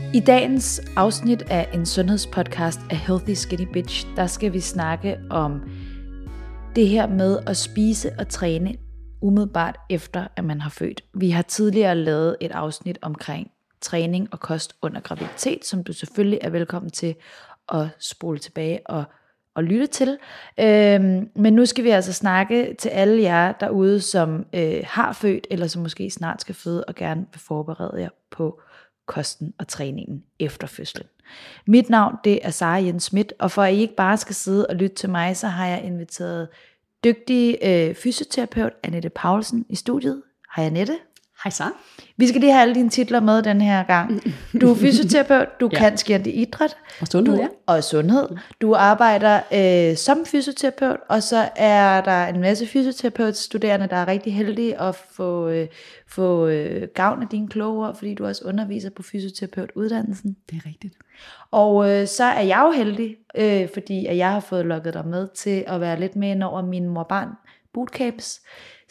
I dagens afsnit af en sundhedspodcast af Healthy Skinny Bitch, der skal vi snakke om det her med at spise og træne umiddelbart efter, at man har født. Vi har tidligere lavet et afsnit omkring træning og kost under graviditet, som du selvfølgelig er velkommen til at spole tilbage og lytte til. Men nu skal vi altså snakke til alle jer derude, som har født, eller som måske snart skal føde, og gerne vil forberede jer på kosten og træningen efter fødslen. Mit navn, det er Sara Jens Schmidt, og for at I ikke bare skal sidde og lytte til mig, så har jeg inviteret dygtige fysioterapeut Annette Paulsen i studiet. Hej Annette. Hej Sara. Vi skal lige have alle dine titler med den her gang. Du er fysioterapeut, du kan skærende idræt. Og sundhed, Og sundhed. Du arbejder som fysioterapeut, og så er der en masse fysioterapeutstuderende, der er rigtig heldige at få gavn af dine kloge ord, fordi du også underviser på fysioterapeutuddannelsen. Det er rigtigt. Og så er jeg jo heldig, fordi at jeg har fået lukket dig med til at være lidt med ind over mine mor-barn bootcamps.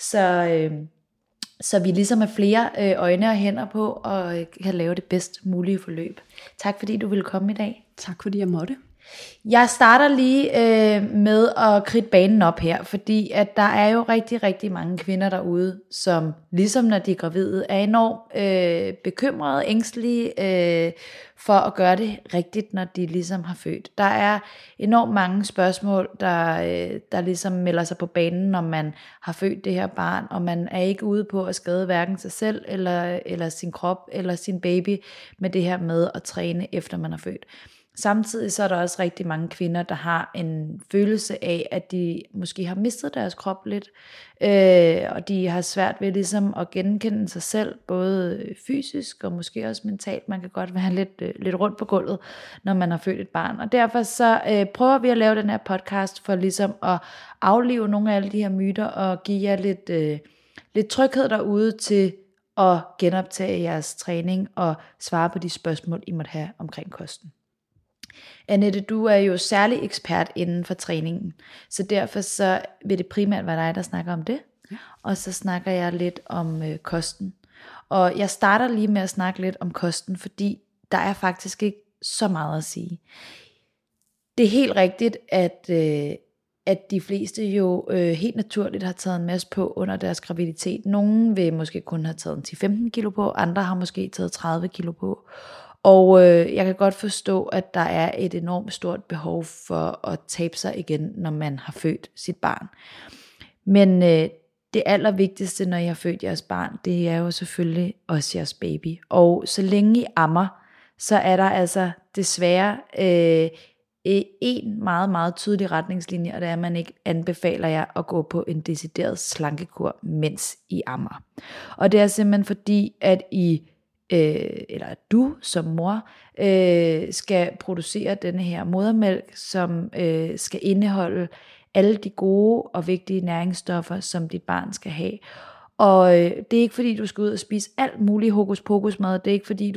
Så vi ligesom er flere øjne og hænder på, og kan lave det bedst mulige forløb. Tak fordi du ville komme i dag. Tak fordi jeg måtte. Jeg starter lige med at kridte banen op her, fordi at der er jo rigtig, rigtig mange kvinder derude, som ligesom når de er gravide, er enormt bekymrede, ængstelige for at gøre det rigtigt, når de ligesom har født. Der er enormt mange spørgsmål, der ligesom melder sig på banen, når man har født det her barn, og man er ikke ude på at skade hverken sig selv, eller sin krop, eller sin baby, med det her med at træne efter man har født. Samtidig så er der også rigtig mange kvinder, der har en følelse af, at de måske har mistet deres krop lidt, og de har svært ved ligesom at genkende sig selv, både fysisk og måske også mentalt. Man kan godt være lidt rundt på gulvet, når man har født et barn. Og derfor så prøver vi at lave den her podcast for ligesom at aflive nogle af alle de her myter og give jer lidt tryghed derude til at genoptage jeres træning og svare på de spørgsmål, I måtte have omkring kosten. Annette, du er jo særlig ekspert inden for træningen, så derfor så vil det primært være dig, der snakker om det, og så snakker jeg lidt om kosten. Og jeg starter lige med at snakke lidt om kosten, fordi der er faktisk ikke så meget at sige. Det er helt rigtigt, at de fleste jo helt naturligt har taget en masse på under deres graviditet. Nogle vil måske kun have taget 10-15 kilo på, andre har måske taget 30 kilo på. Og jeg kan godt forstå, at der er et enormt stort behov for at tabe sig igen, når man har født sit barn. Men det allervigtigste, når I har født jeres barn, det er jo selvfølgelig også jeres baby. Og så længe I ammer, så er der altså desværre en meget, meget tydelig retningslinje, og det er, at man ikke anbefaler jer at gå på en decideret slankekur, mens I ammer. Og det er simpelthen fordi, at eller du som mor skal producere denne her modermælk, som skal indeholde alle de gode og vigtige næringsstoffer, som dit barn skal have. Og det er ikke fordi du skal ud og spise alt muligt hokus pokus mad, det er ikke fordi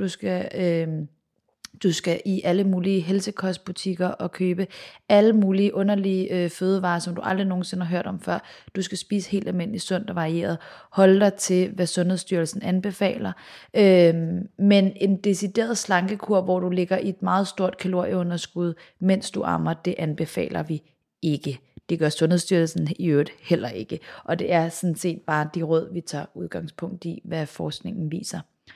du skal i alle mulige helsekostbutikker og købe alle mulige underlige fødevarer, som du aldrig nogensinde har hørt om før. Du skal spise helt almindeligt sundt og varieret. Hold dig til, hvad Sundhedsstyrelsen anbefaler. Men en decideret slankekur, hvor du ligger i et meget stort kalorieunderskud, mens du ammer, det anbefaler vi ikke. Det gør Sundhedsstyrelsen i øvrigt heller ikke. Og det er sådan set bare de råd, vi tager udgangspunkt i, hvad forskningen viser.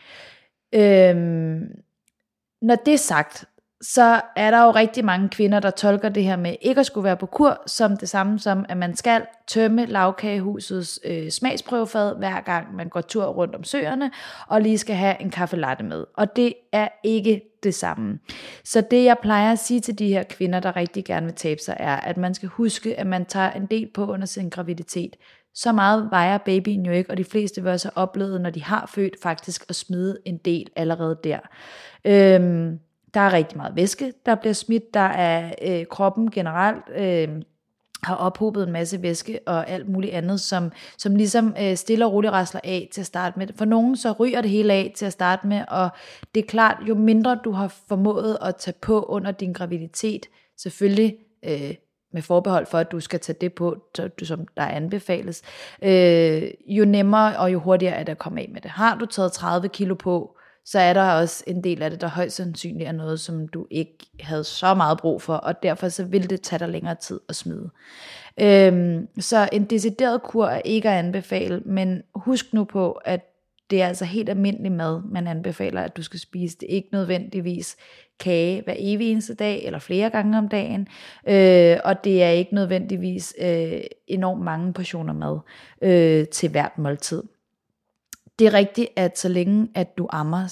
Når det er sagt, så er der jo rigtig mange kvinder, der tolker det her med ikke at skulle være på kur, som det samme som, at man skal tømme lavkagehusets smagsprøvefad, hver gang man går tur rundt om søerne, og lige skal have en kaffe latte med. Og det er ikke det samme. Så det jeg plejer at sige til de her kvinder, der rigtig gerne vil tabe sig, er, at man skal huske, at man tager en del på under sin graviditet. Så meget vejer babyen jo ikke, og de fleste vil også have oplevet, når de har født, faktisk at smide en del allerede der. Der er rigtig meget væske, der bliver smidt. Der er kroppen generelt har ophobet en masse væske og alt muligt andet, som ligesom stille og roligt rasler af til at starte med. For nogen så ryger det hele af til at starte med, og det er klart, jo mindre du har formået at tage på under din graviditet, selvfølgelig med forbehold for, at du skal tage det på, som der anbefales, jo nemmere og jo hurtigere er det at komme af med det. Har du taget 30 kilo på, så er der også en del af det, der højst sandsynligt er noget, som du ikke havde så meget brug for, og derfor så vil det tage dig længere tid at smide. Så en decideret kur er ikke at anbefale, men husk nu på, at det er altså helt almindelig mad, man anbefaler, at du skal spise. Det er ikke nødvendigvis kage hver evig eneste dag, eller flere gange om dagen, og det er ikke nødvendigvis enormt mange portioner mad til hvert måltid. Det er rigtigt, at så længe at du ammer,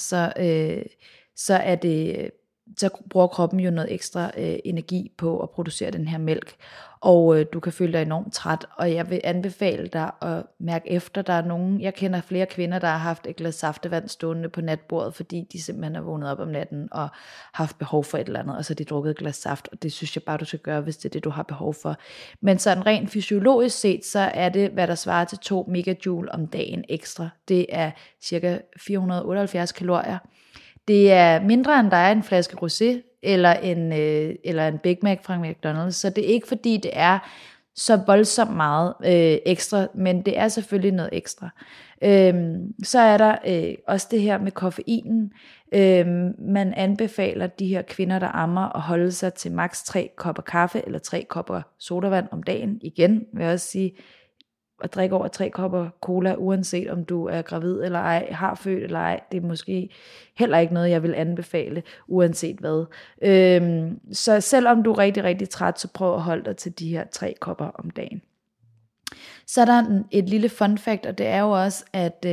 så bruger kroppen jo noget ekstra energi på at producere den her mælk, og du kan føle dig enormt træt, og jeg vil anbefale dig at mærke efter. Der er nogen, jeg kender flere kvinder, der har haft et glas saftevand stående på natbordet, fordi de simpelthen er vågnet op om natten og haft behov for et eller andet, og så har de drukket et glas saft, og det synes jeg bare, du skal gøre, hvis det er det, du har behov for. Men sådan rent fysiologisk set, så er det, hvad der svarer til 2 megajoule om dagen ekstra. Det er cirka 478 kalorier. Det er mindre end der er en flaske rosé eller en Big Mac fra McDonald's, så det er ikke fordi det er så voldsomt meget ekstra, men det er selvfølgelig noget ekstra. Så er der også det her med koffeinen. Man anbefaler de her kvinder, der ammer, at holde sig til maks 3 kopper kaffe eller 3 kopper sodavand om dagen. Igen vil jeg også sige, at drikke over 3 kopper cola, uanset om du er gravid eller ej, har født eller ej, det er måske heller ikke noget, jeg vil anbefale, uanset hvad. Så selvom du er rigtig, rigtig træt, så prøv at holde dig til de her 3 kopper om dagen. Så er der et lille fun fact, og det er jo også,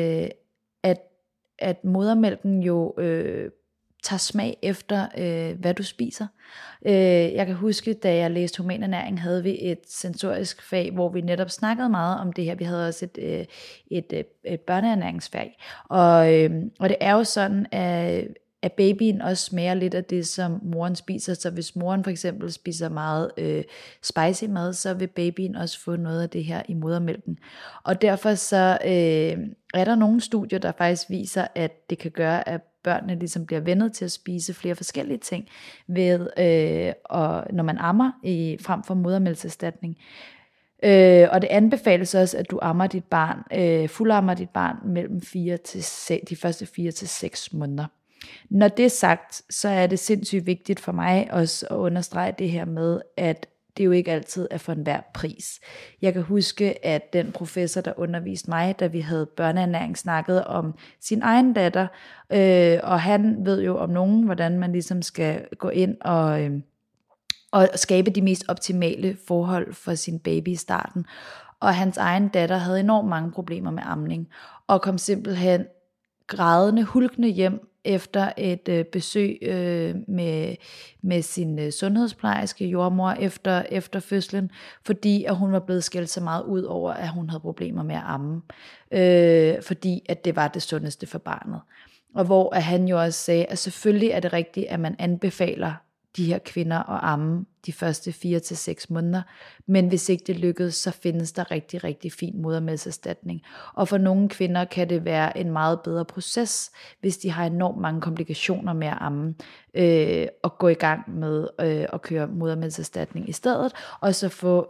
at modermælken jo tager smag efter, hvad du spiser. Jeg kan huske, da jeg læste humanernæring, havde vi et sensorisk fag, hvor vi netop snakkede meget om det her. Vi havde også et børneernæringsfag. Og det er jo sådan, at babyen også smager lidt af det, som moren spiser. Så hvis moren for eksempel spiser meget spicy mad, så vil babyen også få noget af det her i modermælken. Og derfor så er der nogle studier, der faktisk viser, at det kan gøre, at børnene ligesom bliver vendet til at spise flere forskellige ting ved, når man ammer frem for modermælkserstatning. Og det anbefales også, at du ammer dit barn, fuldammer dit barn mellem de første 4 til 6 måneder. Når det er sagt, så er det sindssygt vigtigt for mig også at understrege det her med, at det jo ikke altid er for enhver pris. Jeg kan huske, at den professor, der underviste mig, da vi havde børneernæring, snakkede om sin egen datter, og han ved jo om nogen, hvordan man ligesom skal gå ind og skabe de mest optimale forhold for sin baby i starten. Og hans egen datter havde enormt mange problemer med amning, og kom simpelthen grædende, hulkende hjem efter et besøg med sin sundhedsplejerske jordmor efter fødslen, fordi at hun var blevet skældt så meget ud over, at hun havde problemer med at amme, fordi at det var det sundeste for barnet. Og hvor at han jo også sagde, at selvfølgelig er det rigtigt, at man anbefaler de her kvinder at amme de første 4 til 6 måneder, men hvis ikke det lykkes, så findes der rigtig, rigtig fin modermælkserstatning. Og for nogle kvinder kan det være en meget bedre proces, hvis de har enormt mange komplikationer med at amme, og gå i gang med at køre modermælkserstatning i stedet, og så få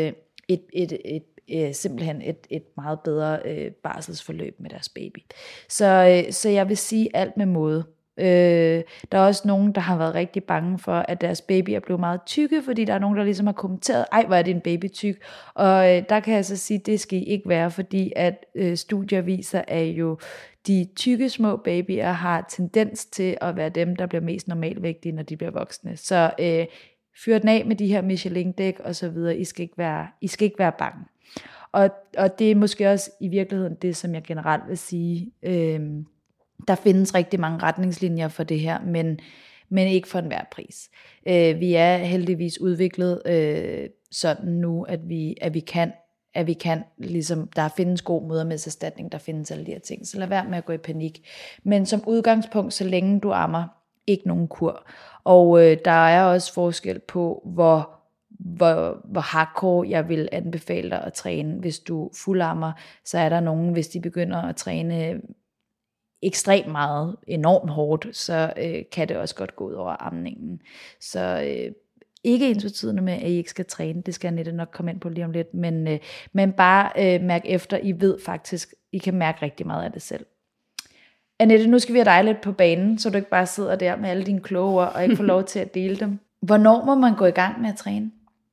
simpelthen et meget bedre barselsforløb med deres baby. Så jeg vil sige alt med måde. Der er også nogen, der har været rigtig bange for, at deres baby er blevet meget tykke, fordi der er nogen, der ligesom har kommenteret, ej, hvor er din baby tyk, og der kan jeg så sige, det skal I ikke være, fordi at studier viser, at jo de tykke små babyer har tendens til at være dem, der bliver mest normalvægtige, når de bliver voksne. Så fyr den af med de her Michelin-dæk og så videre, I skal ikke være bange. Og det er måske også i virkeligheden det, som jeg generelt vil sige. Der findes rigtig mange retningslinjer for det her, men ikke for enhver pris. Vi er heldigvis udviklet sådan nu, at vi kan ligesom, der findes god modermælkserstatning, der findes alle de her ting, så lad være med at gå i panik. Men som udgangspunkt, så længe du ammer, ikke nogen kur. Og der er også forskel på, hvor hardcore jeg vil anbefale dig at træne. Hvis du fuldammer, så er der nogen, hvis de begynder at træne ekstremt meget, enormt hårdt, så kan det også godt gå ud over amningen. Så ikke ensbetydende med, at I ikke skal træne, det skal Annette nok komme ind på lige om lidt, men bare mærk efter, I ved faktisk, I kan mærke rigtig meget af det selv. Annette, nu skal vi have dig lidt på banen, så du ikke bare sidder der med alle dine kloge ord, og ikke får lov til at dele dem. Hvornår må man gå i gang med at træne?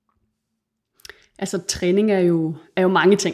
Altså træning er jo mange ting.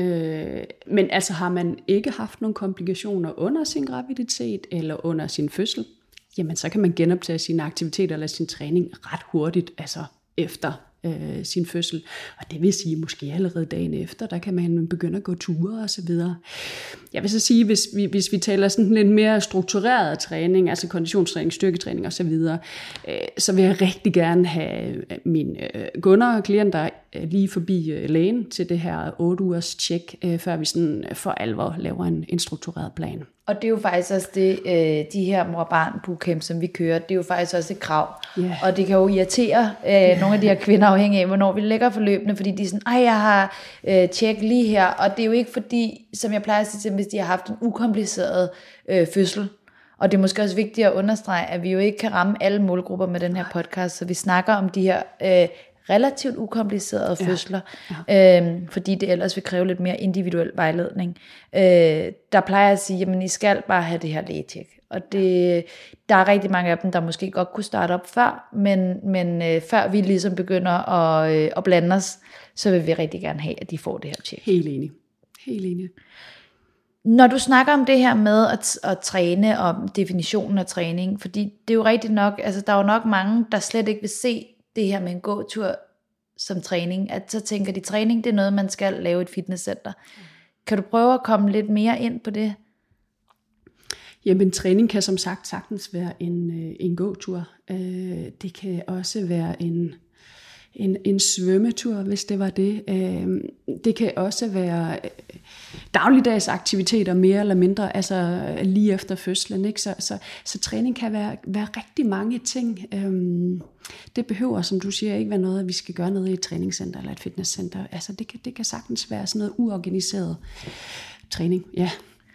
Men altså har man ikke haft nogle komplikationer under sin graviditet eller under sin fødsel, jamen så kan man genoptage sine aktiviteter eller sin træning ret hurtigt, altså efter sin fødsel. Og det vil sige, måske allerede dagen efter, der kan man begynde at gå ture og så videre. Jeg vil så sige, hvis vi taler sådan lidt mere struktureret træning, altså konditionstræning, styrketræning og så videre, så vil jeg rigtig gerne have mine kunder klienter lige forbi lægen til det her 8 ugers tjek, før vi sådan for alvor laver en struktureret plan. Og det er jo faktisk også det, de her mor-barn bootcamp, som vi kører, det er jo faktisk også et krav. Yeah. Og det kan jo irritere nogle af de her kvinder afhængig af, hvornår vi lægger forløbene, fordi de er sådan, jeg har tjek lige her. Og det er jo ikke fordi, som jeg plejer at sige til dem, hvis de har haft en ukompliceret fødsel. Og det er måske også vigtigt at understrege, at vi jo ikke kan ramme alle målgrupper med den her podcast, så vi snakker om de her relativt ukomplicerede fødsler, fordi det ellers vil kræve lidt mere individuel vejledning. Der plejer jeg at sige, jamen I skal bare have det her lægetjek. Og der er rigtig mange af dem, der måske godt kunne starte op før, men før vi ligesom begynder at blande os, så vil vi rigtig gerne have, at de får det her tjek. Helt enig. Når du snakker om det her med at træne, og definitionen af træning, fordi det er jo rigtigt nok, altså der er jo nok mange, der slet ikke vil se det her med en gåtur som træning, at så tænker de, træning det er noget, man skal lave i et fitnesscenter. Kan du prøve at komme lidt mere ind på det? Jamen træning kan som sagt sagtens være en gåtur. Det kan også være en svømmetur, hvis det var det. Det kan også være dagligdags aktiviteter, mere eller mindre, altså lige efter fødslen. Ikke? Så træning kan være rigtig mange ting. Det behøver, som du siger, ikke være noget, at vi skal gøre noget i et træningscenter eller et fitnesscenter. Altså det kan sagtens være sådan noget uorganiseret træning, ja.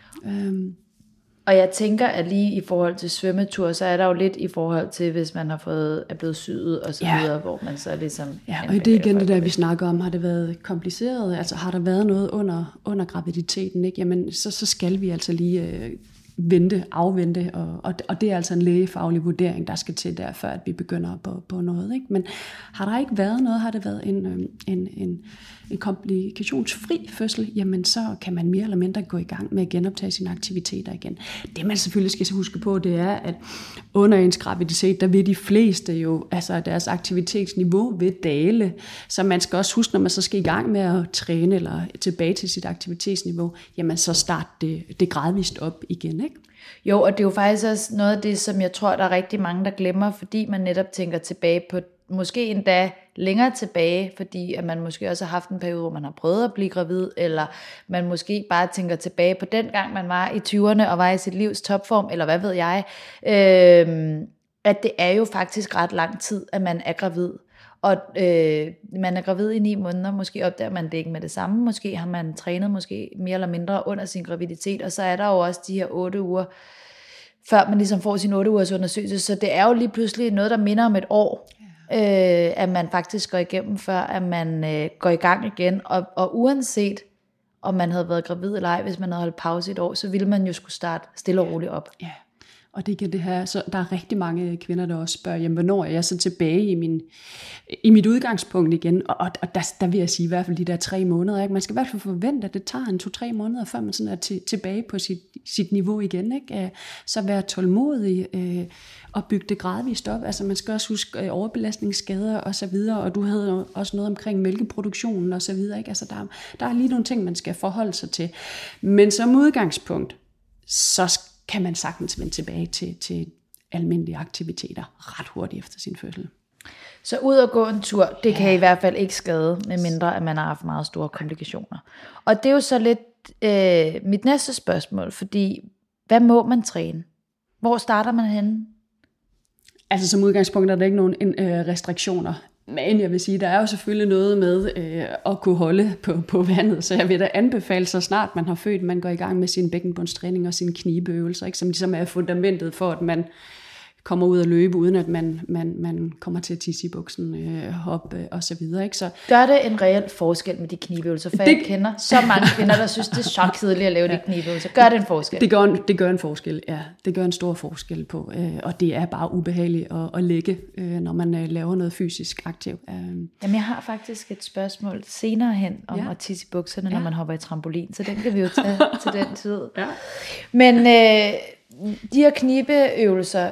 Og jeg tænker, at lige i forhold til svømmetur, så er der jo lidt i forhold til, hvis man er blevet syet og så videre, hvor man så ligesom... Ja, og det er igen det der, vi snakker om. Har det været kompliceret? Altså har der været noget under graviditeten? Ikke? Jamen, så skal vi altså lige afvente, og det er altså en lægefaglig vurdering, der skal til der, før at vi begynder på noget. Ikke? Men har der ikke været noget, har det været en komplikationsfri fødsel, jamen så kan man mere eller mindre gå i gang med at genoptage sine aktiviteter igen. Det man selvfølgelig skal huske på, det er, at under ens graviditet, der vil de fleste jo, altså deres aktivitetsniveau vil dale, så man skal også huske, når man så skal i gang med at træne eller tilbage til sit aktivitetsniveau, jamen så start det gradvist op igen, ikke? Jo, og det er jo faktisk også noget af det, som jeg tror, der er rigtig mange, der glemmer, fordi man netop tænker tilbage på, måske endda længere tilbage, fordi at man måske også har haft en periode, hvor man har prøvet at blive gravid, eller man måske bare tænker tilbage på den gang, man var i 20'erne og var i sit livs topform, eller hvad ved jeg, at det er jo faktisk ret lang tid, at man er gravid. Og man er gravid i 9 måneder, måske opdager man det ikke med det samme, måske har man trænet måske mere eller mindre under sin graviditet, og så er der jo også de her 8 uger, før man ligesom får sin 8 ugers undersøgelse, så det er jo lige pludselig noget, der minder om et år, at man faktisk går igennem, før at man går i gang igen, og uanset om man havde været gravid eller ej, hvis man havde holdt pause et år, så ville man jo skulle starte stille og roligt op. Ja. Og det kan det her, så der er rigtig mange kvinder, der også spørger, jamen, hvornår er jeg så tilbage i mit udgangspunkt igen? Og der vil jeg sige i hvert fald de der 3 måneder. Ikke? Man skal i hvert fald forvente, at det tager 2-3 måneder, før man sådan er tilbage på sit niveau igen. Ikke? Så være tålmodig og bygge det gradvist op. Altså man skal også huske overbelastningsskader og så videre, og du havde også noget omkring mælkeproduktionen og så videre. Ikke? Altså der er lige nogle ting, man skal forholde sig til. Men som udgangspunkt, så kan man sagtens vende tilbage til almindelige aktiviteter ret hurtigt efter sin fødsel. Så ud og gå en tur, det kan i hvert fald ikke skade, medmindre at man har haft meget store komplikationer. Og det er jo så lidt mit næste spørgsmål, fordi hvad må man træne? Hvor starter man henne? Altså som udgangspunkt er der ikke nogen restriktioner. Men jeg vil sige, der er jo selvfølgelig noget med at kunne holde på vandet, så jeg vil da anbefale, så snart man har født, man går i gang med sin bækkenbundstræning og sine knibeøvelser, ikke? Som ligesom er fundamentet for, at man kommer ud og løbe, uden at man kommer til at tisse i buksen, hoppe og så videre. Ikke? Så gør det en reel forskel med de knibøvelser? For jeg kender så mange kvinder, der synes, det er så kedeligt at lave de knibøvelser. Gør det en forskel? Det gør en forskel, ja. Det gør en stor forskel på, og det er bare ubehageligt at lægge, når man laver noget fysisk aktivt. Jamen, jeg har faktisk et spørgsmål senere hen om at tisse i bukserne, når man hopper i trampolin, så den kan vi jo tage til den tid. Ja. Men de her knibeøvelser,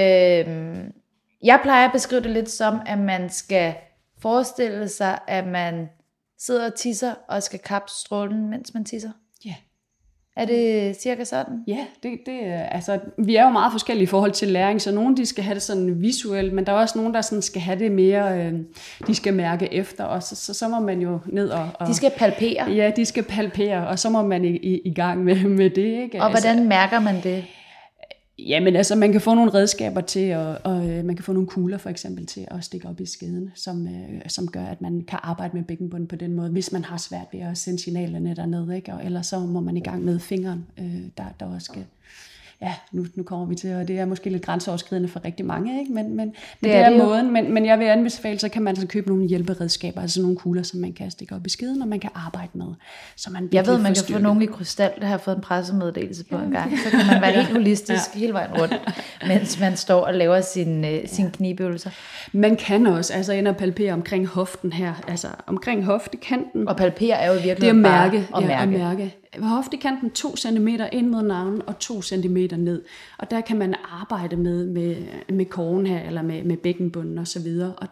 jeg plejer at beskrive det lidt som, at man skal forestille sig, at man sidder og tisser, og skal kappe strålen, mens man tisser. Ja. Er det cirka sådan? Ja, altså, vi er jo meget forskellige i forhold til læring, så nogle de skal have det sådan visuelt, men der er også nogen, der sådan skal have det mere, de skal mærke efter, og så må man jo ned og... De skal palpere? Ja, de skal palpere, og så må man i gang med det. Ikke? Og hvordan mærker man det? Jamen altså, man kan få nogle redskaber til, og man kan få nogle kugler for eksempel til at stikke op i skeden, som gør, at man kan arbejde med bækkenbunden på den måde, hvis man har svært ved at sende signalerne dernede, ikke? Og ellers så må man i gang med fingeren, der også skal... Ja, nu kommer vi til, og det er måske lidt grænseoverskridende for rigtig mange, ikke? Men det er måden. Men jeg vil anbefale, så kan man så købe nogle hjælperedskaber, altså nogle kugler, som man kan stikke op i skeden, og man kan arbejde med. Så man jeg ved, man kan få nogle i krystal, der har fået en pressemeddelelse på en gang. Så kan man være helt holistisk hele vejen rundt, mens man står og laver sine knibøvelser. Man kan også altså ind og palpere omkring hoften her, altså omkring hoftekanten. Og palpere er jo virkelig det er mærke. At mærke. Hoftekanten 2 cm ind mod navlen og 2 cm ned. Og der kan man arbejde med kogen her, eller med bækkenbunden og så videre. Og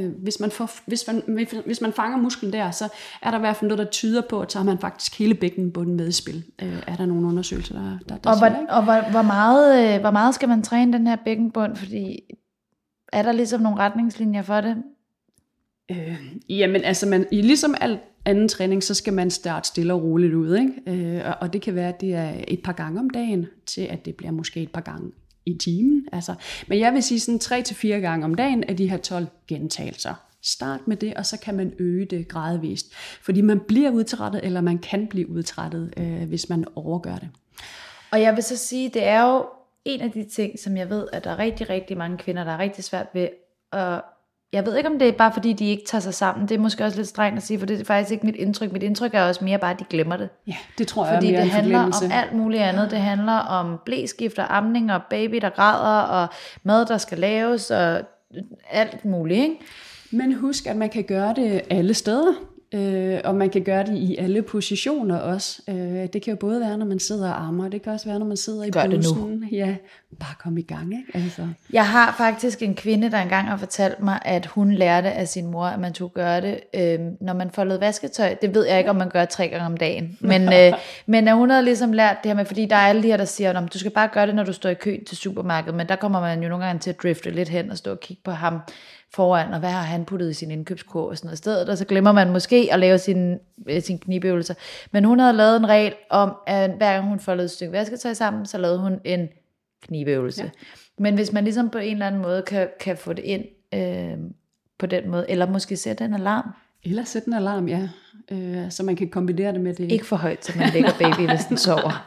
hvis man fanger musklen der, så er der i hvert fald noget, der tyder på, at så har man faktisk hele bækkenbunden med i spil. Er der nogle undersøgelser, der og hvor meget skal man træne den her bækkenbund? Fordi er der ligesom nogle retningslinjer for det? Jamen altså, ligesom alt anden træning, så skal man starte stille og roligt ud, ikke? Og det kan være, at det er et par gange om dagen, til at det bliver måske et par gange i timen. Altså. Men jeg vil sige sådan 3-4 gange om dagen af de her 12 gentagelser. Start med det, og så kan man øge det gradvist. Fordi man bliver udtrættet, eller man kan blive udtrættet, hvis man overgør det. Og jeg vil så sige, det er jo en af de ting, som jeg ved, at der er rigtig, rigtig mange kvinder, der er rigtig svært ved at... Jeg ved ikke, om det er bare fordi, de ikke tager sig sammen. Det er måske også lidt strengt at sige, for det er faktisk ikke mit indtryk. Mit indtryk er også mere bare, at de glemmer det. Ja, det tror jeg fordi er mere det handler om alt muligt andet. Det handler om blæskift og amning og baby, der græder, og mad, der skal laves, og alt muligt, ikke? Men husk, at man kan gøre det alle steder. Og man kan gøre det i alle positioner også. Det kan jo både være, når man sidder og armer, det kan også være, når man sidder i bussen. Ja, bare kom i gang, ikke? Altså. Jeg har faktisk en kvinde, der engang har fortalt mig, at hun lærte af sin mor, at man skulle gøre det, når man foldede vasketøj. Det ved jeg ikke, om man gør 3 gange om dagen. Men hun havde ligesom lært det her med, fordi der er alle de her, der siger, at du skal bare gøre det, når du står i kø til supermarkedet. Men der kommer man jo nogle gange til at drifte lidt hen og stå og kigge på ham foran, og hvad har han puttet i sin indkøbskurv og sådan noget i stedet, og så glemmer man måske at lave sin knibøvelser. Men hun havde lavet en regel om, at hver gang hun foldede et stykke vasketøj sammen, så lavede hun en knibøvelse. Ja. Men hvis man ligesom på en eller anden måde kan få det ind på den måde, eller måske sætte en alarm. Eller sætte en alarm, ja. Så man kan kombinere det med det. Ikke for højt, så man lægger baby, hvis den sover.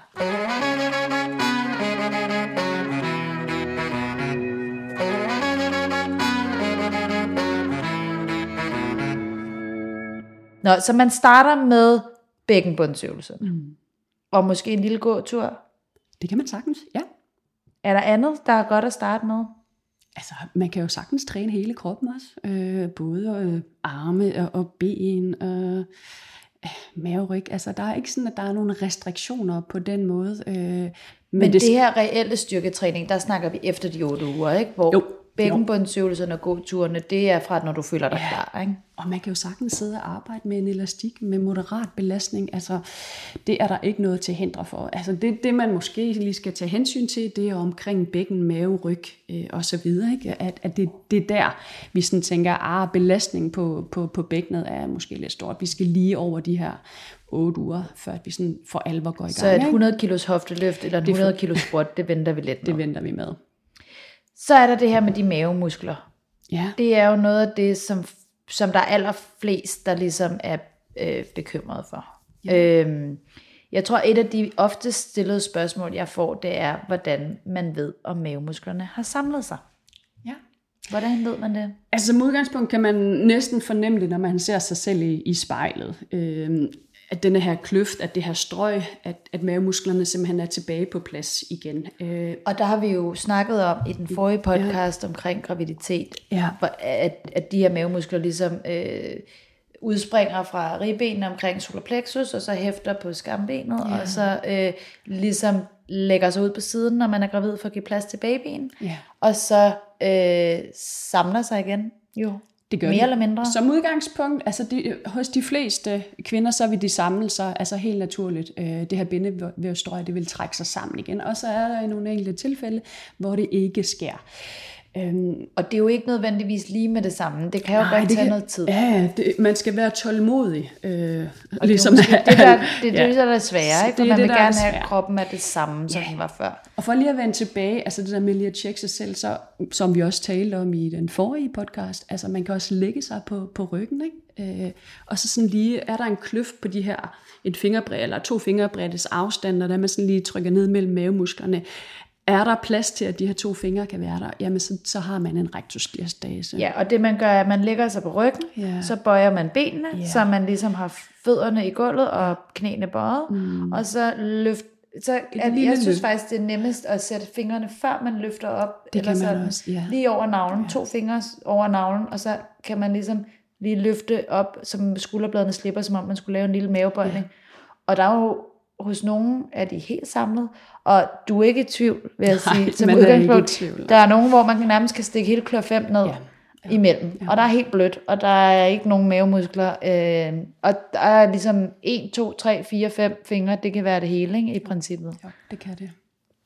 Nå, så man starter med bækkenbundsøvelser. Og måske en lille gåtur. Det kan man sagtens, ja. Er der andet, der er godt at starte med? Altså, man kan jo sagtens træne hele kroppen også. Både arme og ben og maveryg. Altså, der er ikke sådan, at der er nogle restriktioner på den måde. Men det her reelle styrketræning, der snakker vi efter de 8 uger, ikke? Hvor bækkenbundsøvelserne og gåturene, det er fra, når du føler dig klar, ikke? Og man kan jo sagtens sidde og arbejde med en elastik med moderat belastning. Altså, det er der ikke noget til hindre for. Altså, det man måske lige skal tage hensyn til, det er omkring bækken, mave, ryg og så videre, ikke? At det er der, vi sådan tænker, belastningen på bækkenet er måske lidt stort. Vi skal lige over de her 8 uger, før vi sådan for alvor går i gang. Så et 100 kilos hofteløft eller 100 kilos squat, det venter vi lidt med. Det venter vi med. Så er der det her med de mavemuskler. Ja. Det er jo noget af det, som der er allerflest, der ligesom er bekymret for. Ja. Jeg tror, et af de ofte stillede spørgsmål, jeg får, det er, hvordan man ved, om mavemusklerne har samlet sig. Ja. Hvordan ved man det? Altså som udgangspunkt kan man næsten fornemme det, når man ser sig selv i spejlet. At denne her kløft, at det her strøg, at mavemusklerne simpelthen er tilbage på plads igen. Og der har vi jo snakket om i den forrige podcast omkring graviditet, at de her mavemuskler ligesom udspringer fra ribbenene omkring solar plexus, og så hæfter på skambenet, og så ligesom lægger sig ud på siden, når man er gravid, for at give plads til babyen, og så samler sig igen, jo. Det gør mere eller mindre. Som udgangspunkt, altså hos de fleste kvinder, så vil de samle sig, altså helt naturligt, det her bindevævsstrøg, det vil trække sig sammen igen, og så er der i nogle enkelte tilfælde, hvor det ikke sker. Og det er jo ikke nødvendigvis lige med det samme. Det kan jo godt tage noget tid. Ja, man skal være tålmodig. Og ligesom, det er det, der er svære, ikke? For man vil gerne have, at kroppen er det samme, som den var før. Og for lige at vende tilbage, altså det der med lige at tjekke sig selv, så, som vi også talte om i den forrige podcast, altså man kan også lægge sig på ryggen, ikke? Og så sådan lige, er der en kløft på de her, et fingerbred eller 2 fingerbreddes afstand, og der man sådan lige trykker ned mellem mavemusklerne. Er der plads til, at de her 2 fingre kan være der, jamen så har man en rectus diastase. Ja, og det man gør, er, at man lægger sig på ryggen, så bøjer man benene, så man ligesom har fødderne i gulvet og knæene bøjet, og så løfter. Jeg synes faktisk, det er nemmest at sætte fingrene, før man løfter op. Det kan man også, lige over navlen, 2 fingre over navlen, og så kan man ligesom lige løfte op, som skulderbladene slipper, som om man skulle lave en lille mavebøjning. Og der er jo hos nogen er de helt samlet, og du er ikke i tvivl, vil jeg sige, som udgangspunkt. Der er nogen, hvor man nærmest kan stikke hele klør 5 ned imellem, og der er helt blødt, og der er ikke nogen mavemuskler, og der er ligesom 1, 2, 3, 4, 5 fingre, det kan være det hele, ikke, i princippet. Ja, det kan det.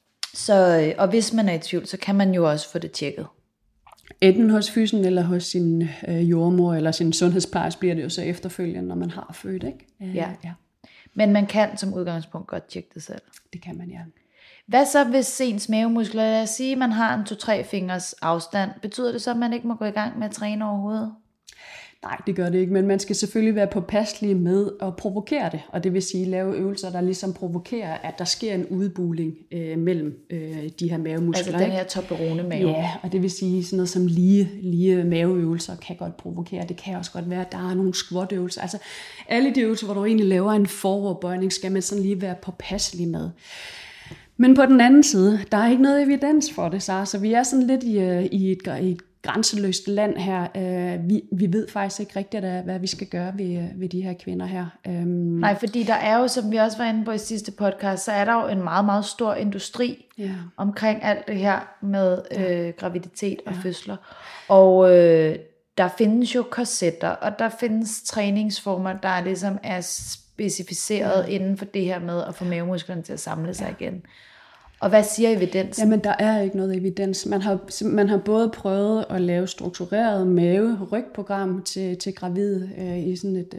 Så, og hvis man er i tvivl, så kan man jo også få det tjekket. Enten hos fysen eller hos sin jordmor eller sin sundhedsplejerske bliver det jo så efterfølgende, når man har født, ikke? Ja. Men man kan som udgangspunkt godt tjekke det selv. Det kan man, ja. Hvad så hvis ens mavemuskler, lad os sige, man har en 2-3 fingers afstand, betyder det så, at man ikke må gå i gang med at træne overhovedet? Nej, det gør det ikke, men man skal selvfølgelig være påpasselig med at provokere det, og det vil sige lave øvelser, der ligesom provokerer, at der sker en udbuling mellem de her mavemuskler. Altså den her Toblerone-mave. Ja, og det vil sige sådan noget som lige maveøvelser kan godt provokere. Det kan også godt være, at der er nogle squat-øvelser. Altså alle de øvelser, hvor du egentlig laver en foroverbøjning, skal man sådan lige være påpasselig med. Men på den anden side, der er ikke noget evidens for det, så vi er sådan lidt i et grænseløst land her. Vi ved faktisk ikke rigtigt, hvad vi skal gøre ved de her kvinder her. Nej, fordi der er jo, som vi også var inde på i sidste podcast, så er der jo en meget, meget stor industri omkring alt det her med graviditet og fødsler. Og der findes jo korsetter, og der findes træningsformer, der ligesom er specificeret inden for det her med at få mavemusklerne til at samle sig igen. Og hvad siger evidens? Jamen, der er ikke noget evidens. Man har både prøvet at lave struktureret mave-rygprogram til gravide i sådan et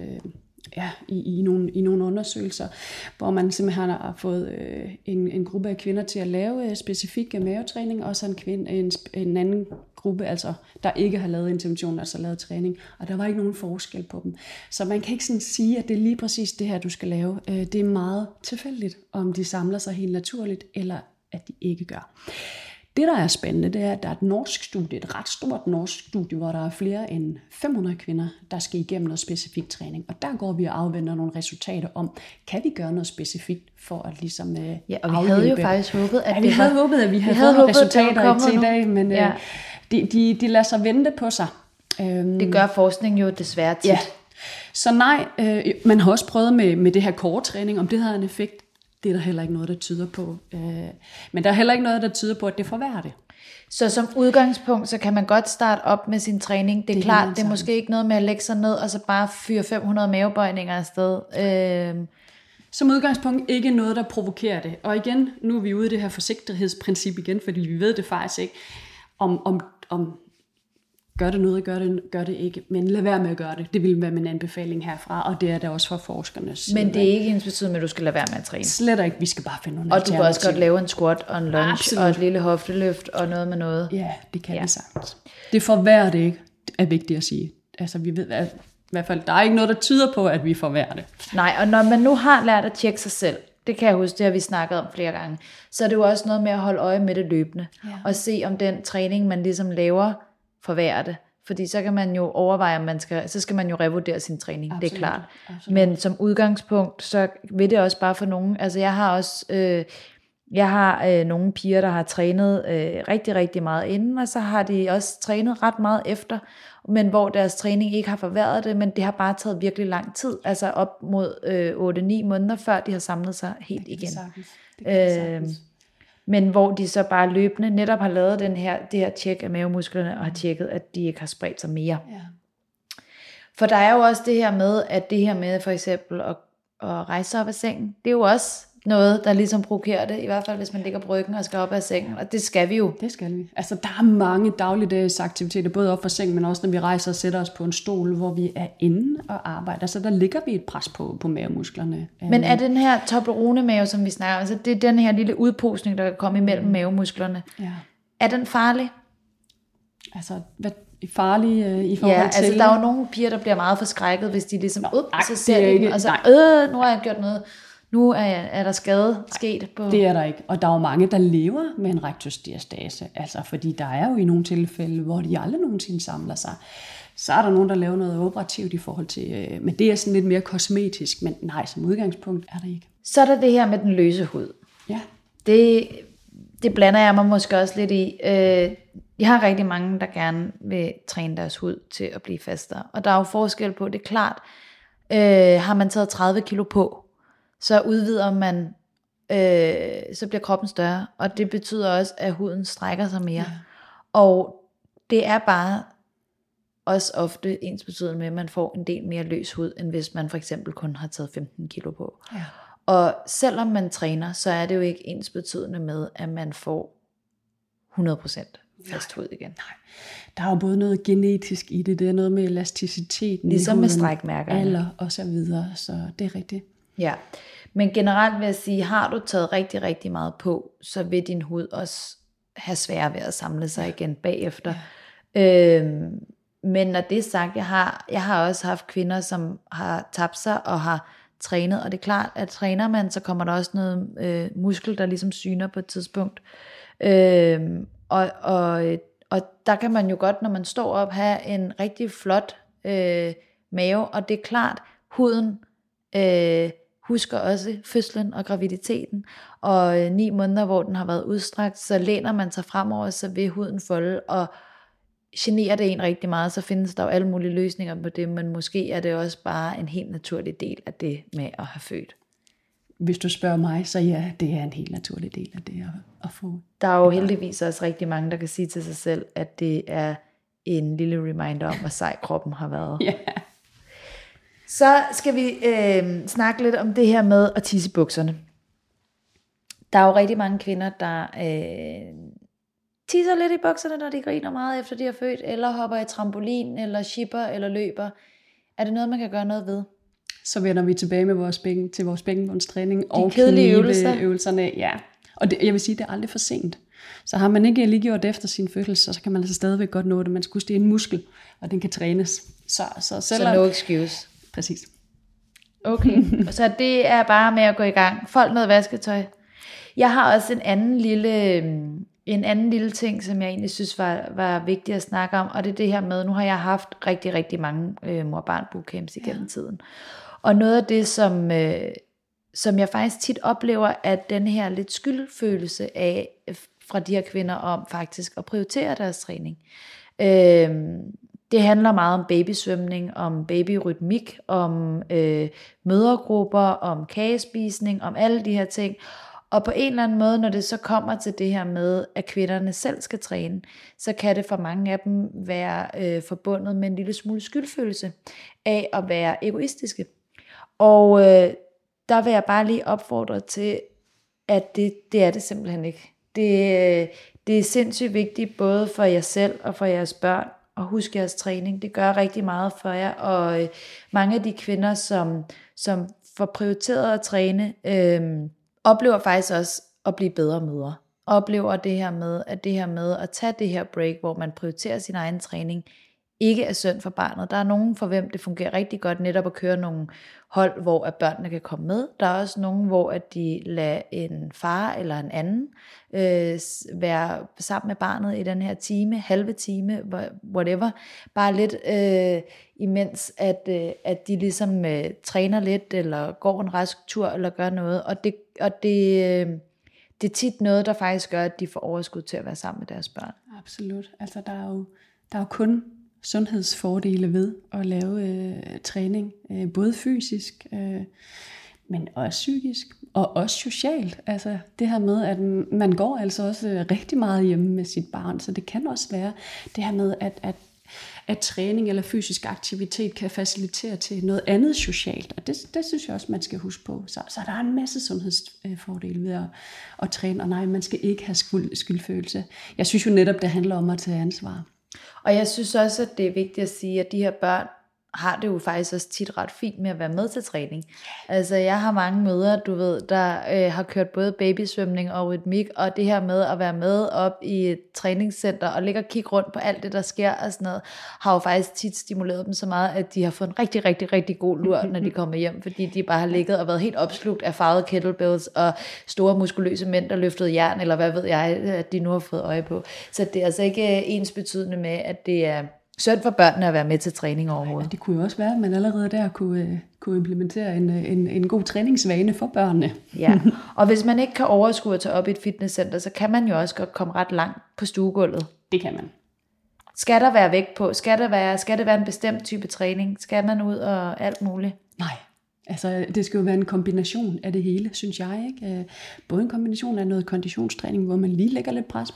i nogle undersøgelser, hvor man simpelthen har fået en gruppe af kvinder til at lave specifik mavetræning, og så en anden gruppe, altså der ikke har lavet intervention, altså lavet træning, og der var ikke nogen forskel på dem. Så man kan ikke sådan sige, at det er lige præcis det her, du skal lave. Det er meget tilfældigt, om de samler sig helt naturligt, eller at de ikke gør. Det, der er spændende, det er, at der er et norsk studie, et ret stort norsk studie, hvor der er flere end 500 kvinder, der skal igennem noget specifik træning. Og der går vi og afventer nogle resultater om, kan vi gøre noget specifikt for at ligesom og vi havde jo faktisk håbet, at vi havde håbet, at vi havde fået nogle resultater til i dag, men de lader sig vente på sig. Det gør forskning jo desværre tit. Ja. Så nej, man har også prøvet med det her core-træning, om det havde en effekt. Det er der heller ikke noget, der tyder på. Men der er heller ikke noget, der tyder på, at det forværrer det. Så som udgangspunkt, så kan man godt starte op med sin træning. Det er klart, det er måske ikke noget med at lægge sig ned, og så bare fyre 500 mavebøjninger afsted. Som udgangspunkt ikke noget, der provokerer det. Og igen, nu er vi ude i det her forsigtighedsprincip igen, fordi vi ved det faktisk ikke, om gør det noget, gør det ikke. Men lad være med at gøre det. Det vil være min anbefaling herfra, og det er det også for forskerne. Men det er ikke ensbetydende med, at du skal lade være med at træne? Slet ikke. Vi skal bare finde nogle alternativer. Og du kan også godt lave en squat og en lunge og et lille hofteløft og noget med noget. Ja, det kan vi sagtens. Det forværrer det ikke, er vigtigt at sige. Altså vi ved i hvert fald, der er ikke noget, der tyder på, at vi forværrer det. Nej, og når man nu har lært at tjekke sig selv, Det kan jeg huske, det har vi snakket om flere gange. Så er det jo også noget med at holde øje med det løbende. Ja. Og se om den træning, man ligesom laver, forværrer det. Fordi så kan man jo overveje, om så skal man jo revurdere sin træning. Absolut. Det er klart. Absolut. Men som udgangspunkt, så vil det også bare for nogen. Altså jeg har også... Jeg har nogle piger, der har trænet rigtig, rigtig meget inden, og så har de også trænet ret meget efter, men hvor deres træning ikke har forværret det, men det har bare taget virkelig lang tid, altså op mod 8-9 måneder, før de har samlet sig helt igen. Men hvor de så bare løbende netop har lavet det her tjek af mavemusklerne, og har tjekket, at de ikke har spredt sig mere. Ja. For der er jo også det her med, at det her med for eksempel at rejse op af sengen, det er jo også noget, der ligesom provokerer det, i hvert fald hvis man ligger på ryggen og skal op af sengen, og det skal vi jo. Det skal vi. Altså der er mange dagligdags aktiviteter, både op fra sengen, men også når vi rejser og sætter os på en stol, hvor vi er inde og arbejder, så der ligger vi et pres på mavemusklerne. Men er den her Toblerone-mave, som vi snakker om, altså det er den her lille udposning, der kan komme imellem mavemusklerne, er den farlig? Altså, hvad farlig i forhold til? Altså der er jo nogle piger, der bliver meget forskrækket, hvis de ligesom, så ser de den, og så, nu har jeg gjort noget. Nu er der skade sket på... Det er der ikke. Og der er jo mange, der lever med en rektusdiastase. Altså, fordi der er jo i nogle tilfælde, hvor de aldrig nogensinde samler sig. Så er der nogen, der laver noget operativt i forhold til... Men det er sådan lidt mere kosmetisk. Men nej, som udgangspunkt er der ikke. Så er der det her med den løse hud. Ja. Det blander jeg mig måske også lidt i. Jeg har rigtig mange, der gerne vil træne deres hud til at blive fastere. Og der er jo forskel på, det er klart. Har man taget 30 kilo på, så udvider man, så bliver kroppen større, og det betyder også, at huden strækker sig mere. Ja. Og det er bare også ofte ensbetydende med, at man får en del mere løs hud, end hvis man for eksempel kun har taget 15 kilo på. Ja. Og selvom man træner, så er det jo ikke ensbetydende med, at man får 100% fast hud igen. Nej. Der er jo både noget genetisk i det, det er noget med elasticiteten ligesom med strækmærkerne. Alder og så videre, så det er rigtigt. Ja, men generelt vil jeg sige, har du taget rigtig, rigtig meget på, så vil din hud også have svært ved at samle sig igen bagefter. Ja. Men når det er sagt, jeg har også haft kvinder, som har tabt sig og har trænet, og det er klart, at træner man, så kommer der også noget muskel, der ligesom syner på et tidspunkt. Og der kan man jo godt, når man står op, have en rigtig flot mave, og det er klart, huden husker også fødslen og graviditeten, og 9 måneder, hvor den har været udstrakt, så læner man sig fremover, så vil huden folde, og generer det en rigtig meget, så findes der jo alle mulige løsninger på det, men måske er det også bare en helt naturlig del af det med at have født. Hvis du spørger mig, så ja, det er en helt naturlig del af det at få. Der er jo heldigvis også rigtig mange, der kan sige til sig selv, at det er en lille reminder om, hvor sej kroppen har været. Ja. Så skal vi snakke lidt om det her med at tisse i bukserne. Der er jo rigtig mange kvinder, der tisser lidt i bukserne, når de griner meget efter de har født, eller hopper i trampolin, eller shipper, eller løber. Er det noget, man kan gøre noget ved? Så vender vi tilbage med vores bækkenbundstræning og kedelige øvelserne. Ja. Og jeg vil sige, det er aldrig for sent. Så har man ikke lige gjort efter sin fødsel, så kan man altså stadigvæk godt nå det. Man skal huske, det er en muskel, og den kan trænes. Så no excuse. Præcis. Okay, så det er bare med at gå i gang. Fold noget vasketøj. Jeg har også en anden lille ting, som jeg egentlig synes var vigtigt at snakke om, og det er det her med, nu har jeg haft rigtig, rigtig mange mor-barn bootcamps igennem tiden. Og noget af det, som jeg faktisk tit oplever, at den her lidt skyldfølelse af fra de her kvinder om faktisk at prioritere deres træning. Det handler meget om babysvømning, om babyrytmik, om mødregrupper, om kagespisning, om alle de her ting. Og på en eller anden måde, når det så kommer til det her med, at kvinderne selv skal træne, så kan det for mange af dem være forbundet med en lille smule skyldfølelse af at være egoistiske. Og der vil jeg bare lige opfordre til, at det er det simpelthen ikke. Det er sindssygt vigtigt, både for jer selv og for jeres børn, at huske jeres træning. Det gør rigtig meget for jer, og mange af de kvinder, som får prioriteret at træne, oplever faktisk også at blive bedre mødre. Oplever det her med at tage det her break, hvor man prioriterer sin egen træning, ikke er synd for barnet. Der er nogen, for hvem det fungerer rigtig godt netop at køre nogle hold, hvor at børnene kan komme med. Der er også nogen, hvor at de lader en far eller en anden være sammen med barnet i den her time, halve time, whatever. Bare lidt imens, at de ligesom træner lidt, eller går en rask tur, eller gør noget. Og det er tit noget, der faktisk gør, at de får overskud til at være sammen med deres børn. Absolut. Altså der er jo kun sundhedsfordele ved at lave træning, både fysisk, men også psykisk, og også socialt. Altså det her med, at man går altså også rigtig meget hjemme med sit barn, så det kan også være det her med, at træning eller fysisk aktivitet kan facilitere til noget andet socialt, og det synes jeg også, man skal huske på. Så der er en masse sundhedsfordele ved at træne, og nej, man skal ikke have skyldfølelse. Jeg synes jo netop, det handler om at tage ansvar. Og jeg synes også, at det er vigtigt at sige, at de her børn har det jo faktisk også tit ret fint med at være med til træning. Altså jeg har mange mødre, du ved, der har kørt både babysvømning og rytmik, og det her med at være med op i et træningscenter og ligge og kigge rundt på alt det, der sker og sådan noget, har jo faktisk tit stimuleret dem så meget, at de har fået en rigtig, rigtig, rigtig god lur, når de kommer hjem, fordi de bare har ligget og været helt opslugt af farvede kettlebells og store muskuløse mænd, der løftede jern, eller hvad ved jeg, at de nu har fået øje på. Så det er altså ikke ensbetydende med, at det er synd for børnene at være med til træning overhovedet. Ja, det kunne jo også være, at man allerede der kunne implementere en god træningsvane for børnene. Ja, og hvis man ikke kan overskue at tage op i et fitnesscenter, så kan man jo også godt komme ret langt på stuegulvet. Det kan man. Skal der være vægt på? Skal det være en bestemt type træning? Skal man ud og alt muligt? Nej. Altså, det skal jo være en kombination af det hele, synes jeg, ikke? Både en kombination af noget konditionstræning, hvor man lige lægger lidt pres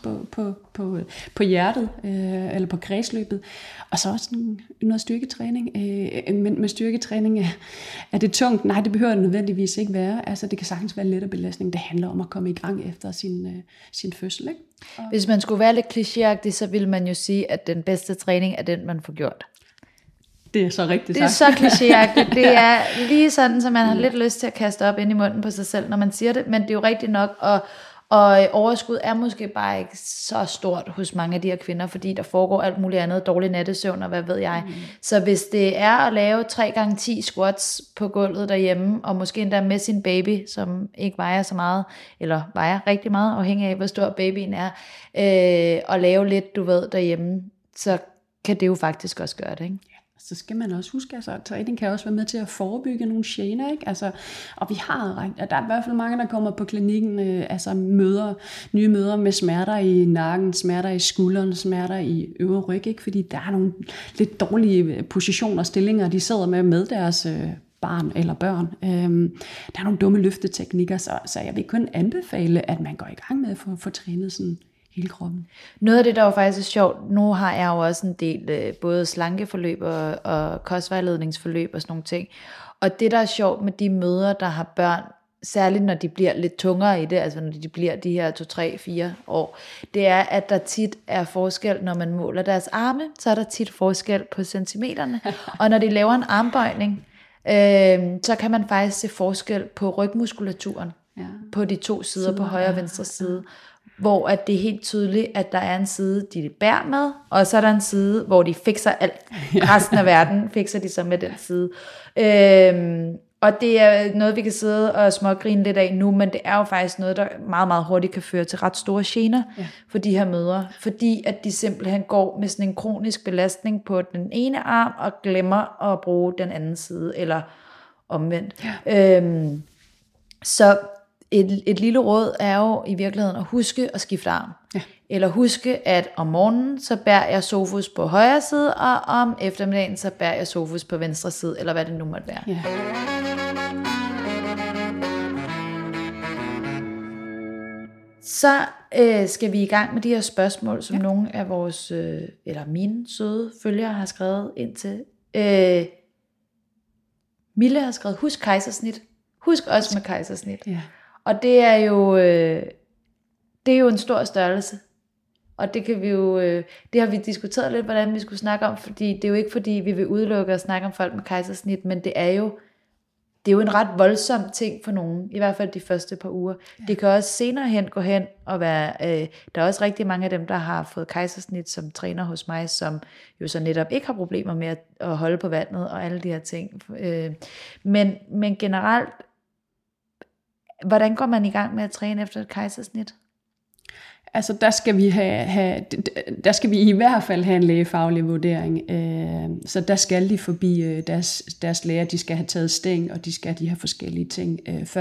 på hjertet, eller på kredsløbet, og så også noget styrketræning. Men med styrketræning er det tungt? Nej, det behøver det nødvendigvis ikke være. Altså, det kan sagtens være let belastning. Det handler om at komme i gang efter sin fødsel, ikke? Hvis man skulle være lidt klichéagtig, så ville man jo sige, at den bedste træning er den, man får gjort. Det er så rigtigt sagt. Det er så klichéagtigt. Det er lige sådan, så man har lidt lyst til at kaste op ind i munden på sig selv, når man siger det. Men det er jo rigtigt nok, og overskud er måske bare ikke så stort hos mange af de her kvinder, fordi der foregår alt muligt andet, dårlig nattesøvn og hvad ved jeg. Så hvis det er at lave 3x10 squats på gulvet derhjemme, og måske endda med sin baby, som ikke vejer så meget, eller vejer rigtig meget, afhængig af hvor stor babyen er, og lave lidt, du ved, derhjemme, så kan det jo faktisk også gøre det, ikke? Så skal man også huske, altså træning kan også være med til at forebygge nogle gener, ikke? Altså, og vi har, der er i hvert fald mange, der kommer på klinikken, altså nye mødre med smerter i nakken, smerter i skulderen, smerter i øvre ryg, ikke? Fordi der er nogle lidt dårlige positioner og stillinger, de sidder med deres barn eller børn. Der er nogle dumme løfteteknikker, så jeg vil kun anbefale, at man går i gang med at få trænet sådan hele kroppen. Noget af det, der var faktisk sjovt, nu har jeg jo også en del både slankeforløb og kostvejledningsforløb og sådan nogle ting. Og det, der er sjovt med de mødre, der har børn, særligt når de bliver lidt tungere i det, altså når de bliver de her 2, 3, 4 år, det er, at der tit er forskel, når man måler deres arme, så er der tit forskel på centimeterne. Og når de laver en armbøjning, så kan man faktisk se forskel på rygmuskulaturen, på de to sider, på højre og venstre side. Hvor at det er helt tydeligt, at der er en side, de bærer med, og så er der en side, hvor de fikser alt. Resten af verden fikser de så med den side. Og det er noget, vi kan sidde og smågrine lidt af nu, men det er jo faktisk noget, der meget, meget hurtigt kan føre til ret store gener for de her mødre. Fordi at de simpelthen går med sådan en kronisk belastning på den ene arm, og glemmer at bruge den anden side, eller omvendt. Så et lille råd er jo i virkeligheden at huske at skifte arm. Ja. Eller huske, at om morgenen, så bærer jeg Sofus på højre side, og om eftermiddagen, så bærer jeg Sofus på venstre side, eller hvad det nu måtte være. Ja. Så skal vi i gang med de her spørgsmål, som nogle af vores, eller mine søde følgere har skrevet ind til. Mille har skrevet, husk kejsersnit. Husk også med kejsersnit. Ja. Og det er jo en stor størrelse. Og det kan vi jo, det har vi diskuteret lidt, hvordan vi skulle snakke om, fordi det er jo ikke fordi, vi vil udelukke at snakke om folk med kejsersnit, men det er jo det er jo en ret voldsom ting for nogen, i hvert fald de første par uger. Ja. Det kan også senere hen gå hen og være, der er også rigtig mange af dem, der har fået kejsersnit, som træner hos mig, som jo så netop ikke har problemer med at holde på vandet og alle de her ting. Men generelt, hvordan går man i gang med at træne efter et kejsersnit? Altså der skal vi i hvert fald have en lægefaglig vurdering, så der skal de forbi deres læger, de skal have taget sting, og de skal have de her forskellige ting,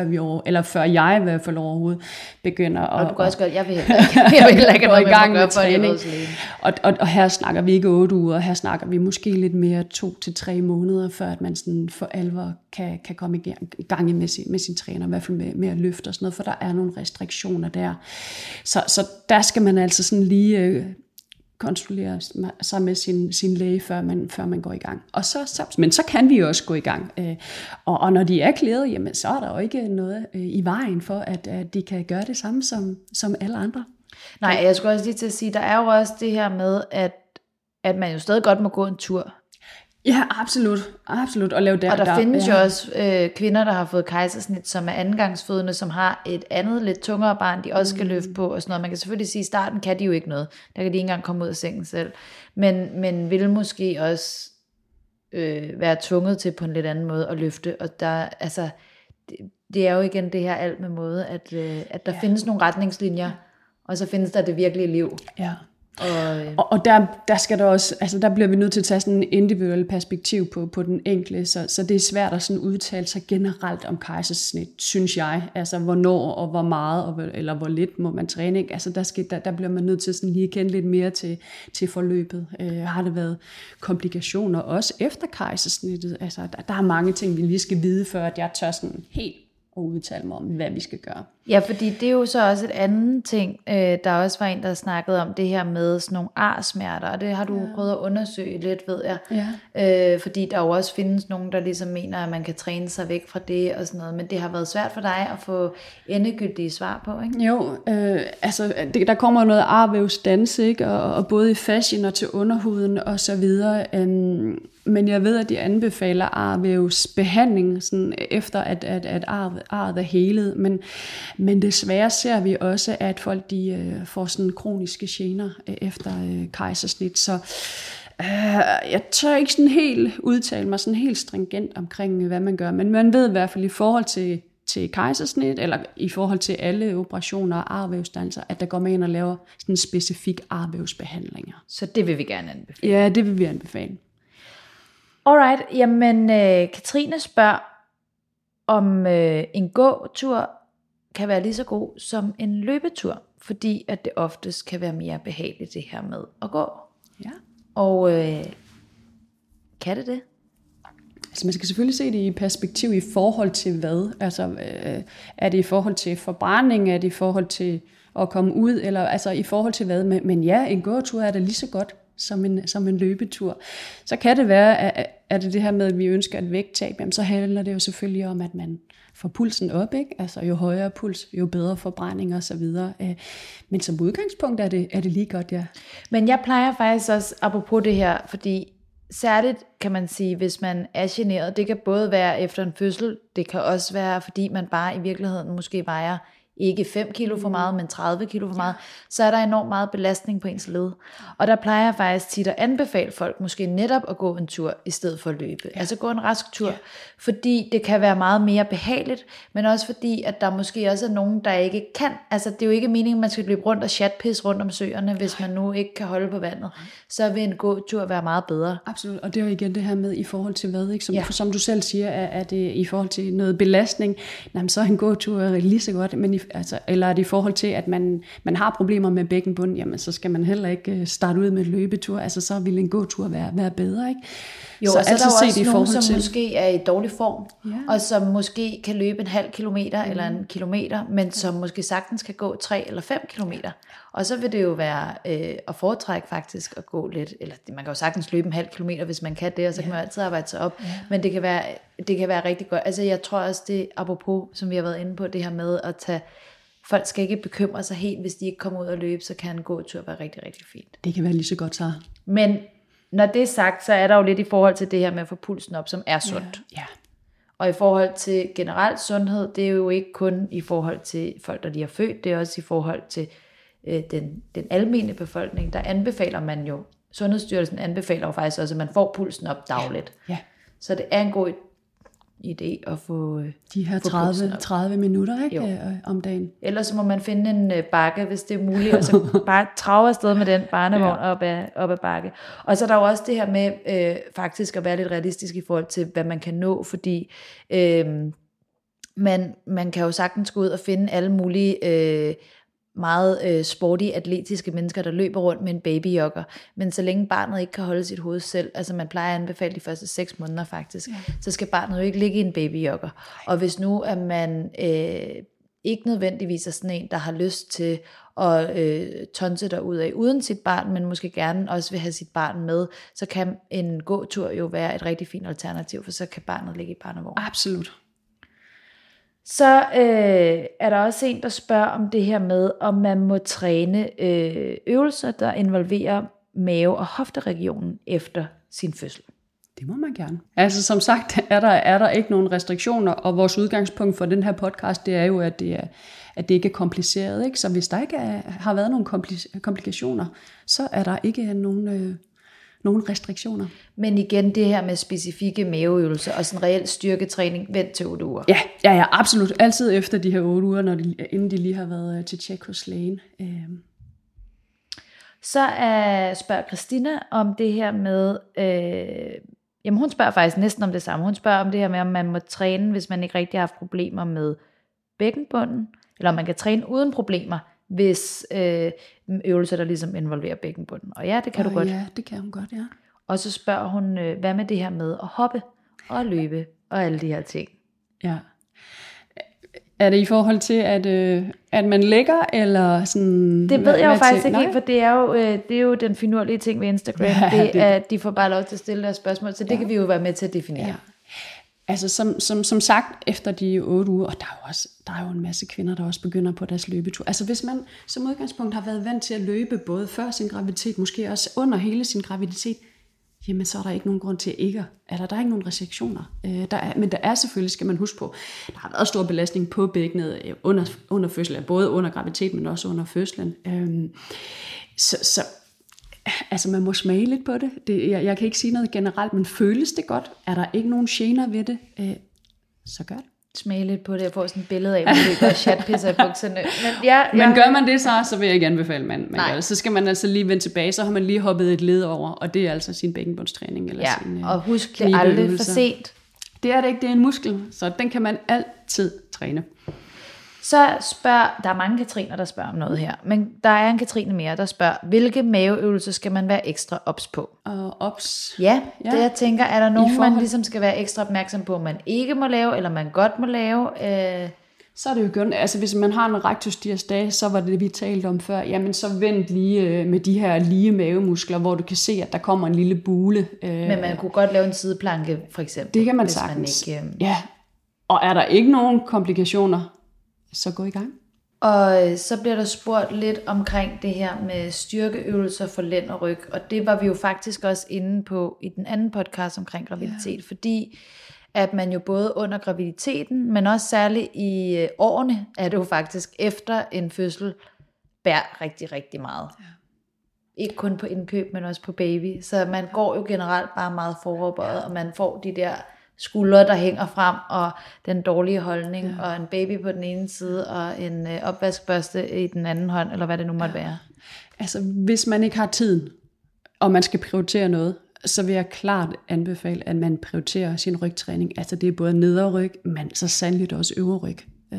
før jeg i hvert fald overhovedet begynder og du kan også godt, jeg vil heller ikke gå i gang med træning. Og her snakker vi ikke 8 uger, her snakker vi måske lidt mere 2 til 3 måneder, før at man sådan for alvor kan komme i gang med sin træner, i hvert fald med at løfte og sådan noget, for der er nogle restriktioner der. Så der skal man altså sådan lige kontrollere sig med sin læge, før man går i gang. Men så kan vi jo også gå i gang. Og når de er klædet, jamen, så er der jo ikke noget i vejen for, at de kan gøre det samme som alle andre. Nej, jeg skulle også lige til at sige, der er jo også det her med, at man jo stadig godt må gå en tur. Ja, absolut. Og der findes jo også kvinder, der har fået kejsersnit, som er andengangsfødende, som har et andet lidt tungere barn, de også skal løfte på og sådan noget. Man kan selvfølgelig sige, at i starten kan de jo ikke noget. Der kan de ikke engang komme ud af sengen selv. Men vil måske også være tvunget til på en lidt anden måde at løfte. Og der, altså, det er jo igen det her alt med måde, at der findes nogle retningslinjer, og så findes der det virkelige liv. Ja. Og der skal der også, altså der bliver vi nødt til at tage sådan en individuel perspektiv på den enkelte, så det er svært at sådan udtale sig generelt om kejsersnit, synes jeg. Altså hvornår og hvor meget eller hvor lidt må man træne, ikke? Altså der bliver man nødt til sådan lige at kende lidt mere til forløbet. Har det været komplikationer også efter kejsersnittet? Altså der er mange ting vi lige skal vide, før at jeg tør sådan helt og udtale mig om, hvad vi skal gøre. Ja, fordi det er jo så også et andet ting. Der også var en, der snakkede om det her med sådan nogle arsmerter, og det har du prøvet at undersøge lidt, ved jeg. Ja. Fordi der jo også findes nogen, der ligesom mener, at man kan træne sig væk fra det og sådan noget, men det har været svært for dig at få endegyldige svar på, ikke? Jo, altså der kommer noget arvævsdans, ikke? Og både i fascien og til underhuden og så videre. Men jeg ved, at de anbefaler arvævsbehandling, sådan efter at arvet er helet. Men desværre ser vi også, at folk de får sådan kroniske gener efter kejsersnit. Så jeg tør ikke sådan helt udtale mig sådan helt stringent omkring, hvad man gør. Men man ved i hvert fald i forhold til kejsersnit, eller i forhold til alle operationer og arvævsdannelser, at der går man ind og laver sådan en specifik arvævsbehandlinger. Så det vil vi gerne anbefale. Ja, det vil vi anbefale. Alright, jamen Katrine spørger, om en gåtur kan være lige så god som en løbetur, fordi at det oftest kan være mere behageligt det her med at gå. Ja. Og kan det? Altså man skal selvfølgelig se det i perspektiv i forhold til hvad? Altså er det i forhold til forbrænding, er det i forhold til at komme ud, eller altså i forhold til hvad? Men ja, en gåtur er da lige så godt som en løbetur. Så kan det være, at det her med, at vi ønsker et vægttab, jamen så handler det jo selvfølgelig om, at man får pulsen op, ikke? Altså jo højere puls, jo bedre forbrænding og så videre. Men som udgangspunkt er det lige godt, ja. Men jeg plejer faktisk også, apropos det her, fordi særligt kan man sige, hvis man er generet, det kan både være efter en fødsel, det kan også være, fordi man bare i virkeligheden måske vejer ikke 5 kilo for meget, men 30 kilo for meget, så er der enormt meget belastning på ens led. Og der plejer jeg faktisk tit at anbefale folk måske netop at gå en tur, i stedet for at løbe. Ja. Altså gå en rask tur, fordi det kan være meget mere behageligt, men også fordi, at der måske også er nogen, der ikke kan. Altså det er jo ikke meningen, at man skal løbe rundt og chatpisse rundt om søerne, hvis man nu ikke kan holde på vandet. Så vil en gåtur være meget bedre. Absolut, og det er jo igen det her med i forhold til hvad, ikke? Som du selv siger, er det i forhold til noget belastning, jamen, så er en gåtur lige så godt, men eller er det i forhold til, at man har problemer med bækkenbunden, jamen så skal man heller ikke starte ud med en løbetur, altså så vil en gåtur være bedre, ikke? Jo, så og så er der jo også nogen, som måske er i dårlig form, og som måske kan løbe en halv kilometer eller en kilometer, men som måske sagtens kan gå 3 eller 5 kilometer. Og så vil det jo være at foretrække faktisk at gå lidt, eller man kan jo sagtens løbe en halv kilometer, hvis man kan det, og så kan man altid arbejde sig op. Men det kan være rigtig godt. Altså jeg tror også det, apropos, som vi har været inde på, det her med at tage, folk skal ikke bekymre sig helt, hvis de ikke kommer ud og løbe, så kan en gåtur være rigtig, rigtig fint. Det kan være lige så godt så. Men når det er sagt, så er der jo lidt i forhold til det her med at få pulsen op, som er sundt. Ja. Og i forhold til generelt sundhed, det er jo ikke kun i forhold til folk, der lige har født, det er også i forhold til den almene befolkning. Der anbefaler man jo, Sundhedsstyrelsen anbefaler jo faktisk også, at man får pulsen op dagligt. Ja. Så det er en god idé at få de her 30 minutter, ikke? Om dagen. Ellers så må man finde en bakke, hvis det er muligt, og så bare trage afsted med den barnevogn op ad bakke. Og så er der jo også det her med faktisk at være lidt realistisk i forhold til, hvad man kan nå, fordi man kan jo sagtens gå ud og finde alle mulige meget sporty, atletiske mennesker, der løber rundt med en babyjogger, men så længe barnet ikke kan holde sit hoved selv, altså man plejer at anbefale de første 6 måneder faktisk, så skal barnet jo ikke ligge i en babyjogger. Og hvis nu at man ikke nødvendigvis er sådan en, der har lyst til at tonse derudad uden sit barn, men måske gerne også vil have sit barn med, så kan en gåtur jo være et rigtig fint alternativ, for så kan barnet ligge i barnevognen. Absolut. Så er der også en, der spørger om det her med, om man må træne øvelser, der involverer mave- og hofteregionen efter sin fødsel. Det må man gerne. Altså som sagt, er der ikke nogen restriktioner, og vores udgangspunkt for den her podcast, det er jo, at det ikke er kompliceret. Ikke? Så hvis der ikke har været nogle komplikationer, så er der ikke nogen restriktioner. Men igen, det her med specifikke maveøvelser og sådan reel styrketræning, vent til 8 uger. Ja, absolut. Altid efter de her 8 uger, inden de lige har været til tjek hos lægen. Så spørger Christina om det her med, jamen hun spørger faktisk næsten om det samme. Hun spørger om det her med, om man må træne, hvis man ikke rigtig har haft problemer med bækkenbunden, eller om man kan træne uden problemer, hvis øvelser, der ligesom involverer bækkenbunden. Og ja, det kan du godt. Ja, det kan hun godt, ja. Og så spørger hun, hvad med det her med at hoppe og løbe og alle de her ting. Ja. Er det i forhold til, at man lægger, eller sådan... Det ved jeg jo faktisk ikke helt, for det er jo den finurlige ting ved Instagram. Ja, de får bare lov til at stille deres spørgsmål, så det kan vi jo være med til at definere. Ja. Altså som sagt, efter de 8 uger, og der er jo en masse kvinder, der også begynder på deres løbetur. Altså hvis man som udgangspunkt har været vant til at løbe, både før sin graviditet, måske også under hele sin graviditet, jamen så er der ikke nogen grund til ikke, eller der er ikke nogen restriktioner. Men der er selvfølgelig, skal man huske på, der har været stor belastning på bækkenet under fødslen, både under graviditet, men også under fødslen. Så altså man må smage lidt på det. Jeg kan ikke sige noget generelt, men føles det godt? Er der ikke nogen gener ved det? Så gør det. Smage lidt på det. Jeg får sådan et billede af, at man løber og chatpisser i bukserne. Men gør man det så vil jeg ikke anbefale, man gør det. Så skal man altså lige vende tilbage, så har man lige hoppet et led over, og det er altså sin bækkenbundstræning. Eller sin, og husk, det er aldrig for sent. Det er det ikke, det er en muskel, så den kan man altid træne. Så der er mange Katriner, der spørger om noget her, men der er en Katrine mere, der spørger, hvilke maveøvelser skal man være ekstra ops på? Ops? Ja, det jeg tænker, er der nogen, man ligesom skal være ekstra opmærksom på, man ikke må lave, eller man godt må lave? Så er det jo godt, altså hvis man har en rectus diastase, så var det vi talte om før, jamen så vent lige med de her lige mavemuskler, hvor du kan se, at der kommer en lille bule. Men man kunne godt lave en sideplanke, for eksempel. Det kan man sagtens. Ja, og er der ikke nogen komplikationer, så gå i gang. Og så bliver der spurgt lidt omkring det her med styrkeøvelser for lænd og ryg, og det var vi jo faktisk også inde på i den anden podcast omkring graviditet, fordi at man jo både under graviditeten, men også særligt i årene, er det jo faktisk efter en fødsel, bærer rigtig, rigtig meget. Ja. Ikke kun på indkøb, men også på baby. Så man går jo generelt bare meget foroverbøjet, og man får de der skuldre, der hænger frem, og den dårlige holdning, og en baby på den ene side, og en opvaskbørste i den anden hånd, eller hvad det nu måtte være. Altså, hvis man ikke har tiden, og man skal prioritere noget, så vil jeg klart anbefale, at man prioriterer sin rygtræning. Altså, det er både nederryg, men så sandelig også øverryg.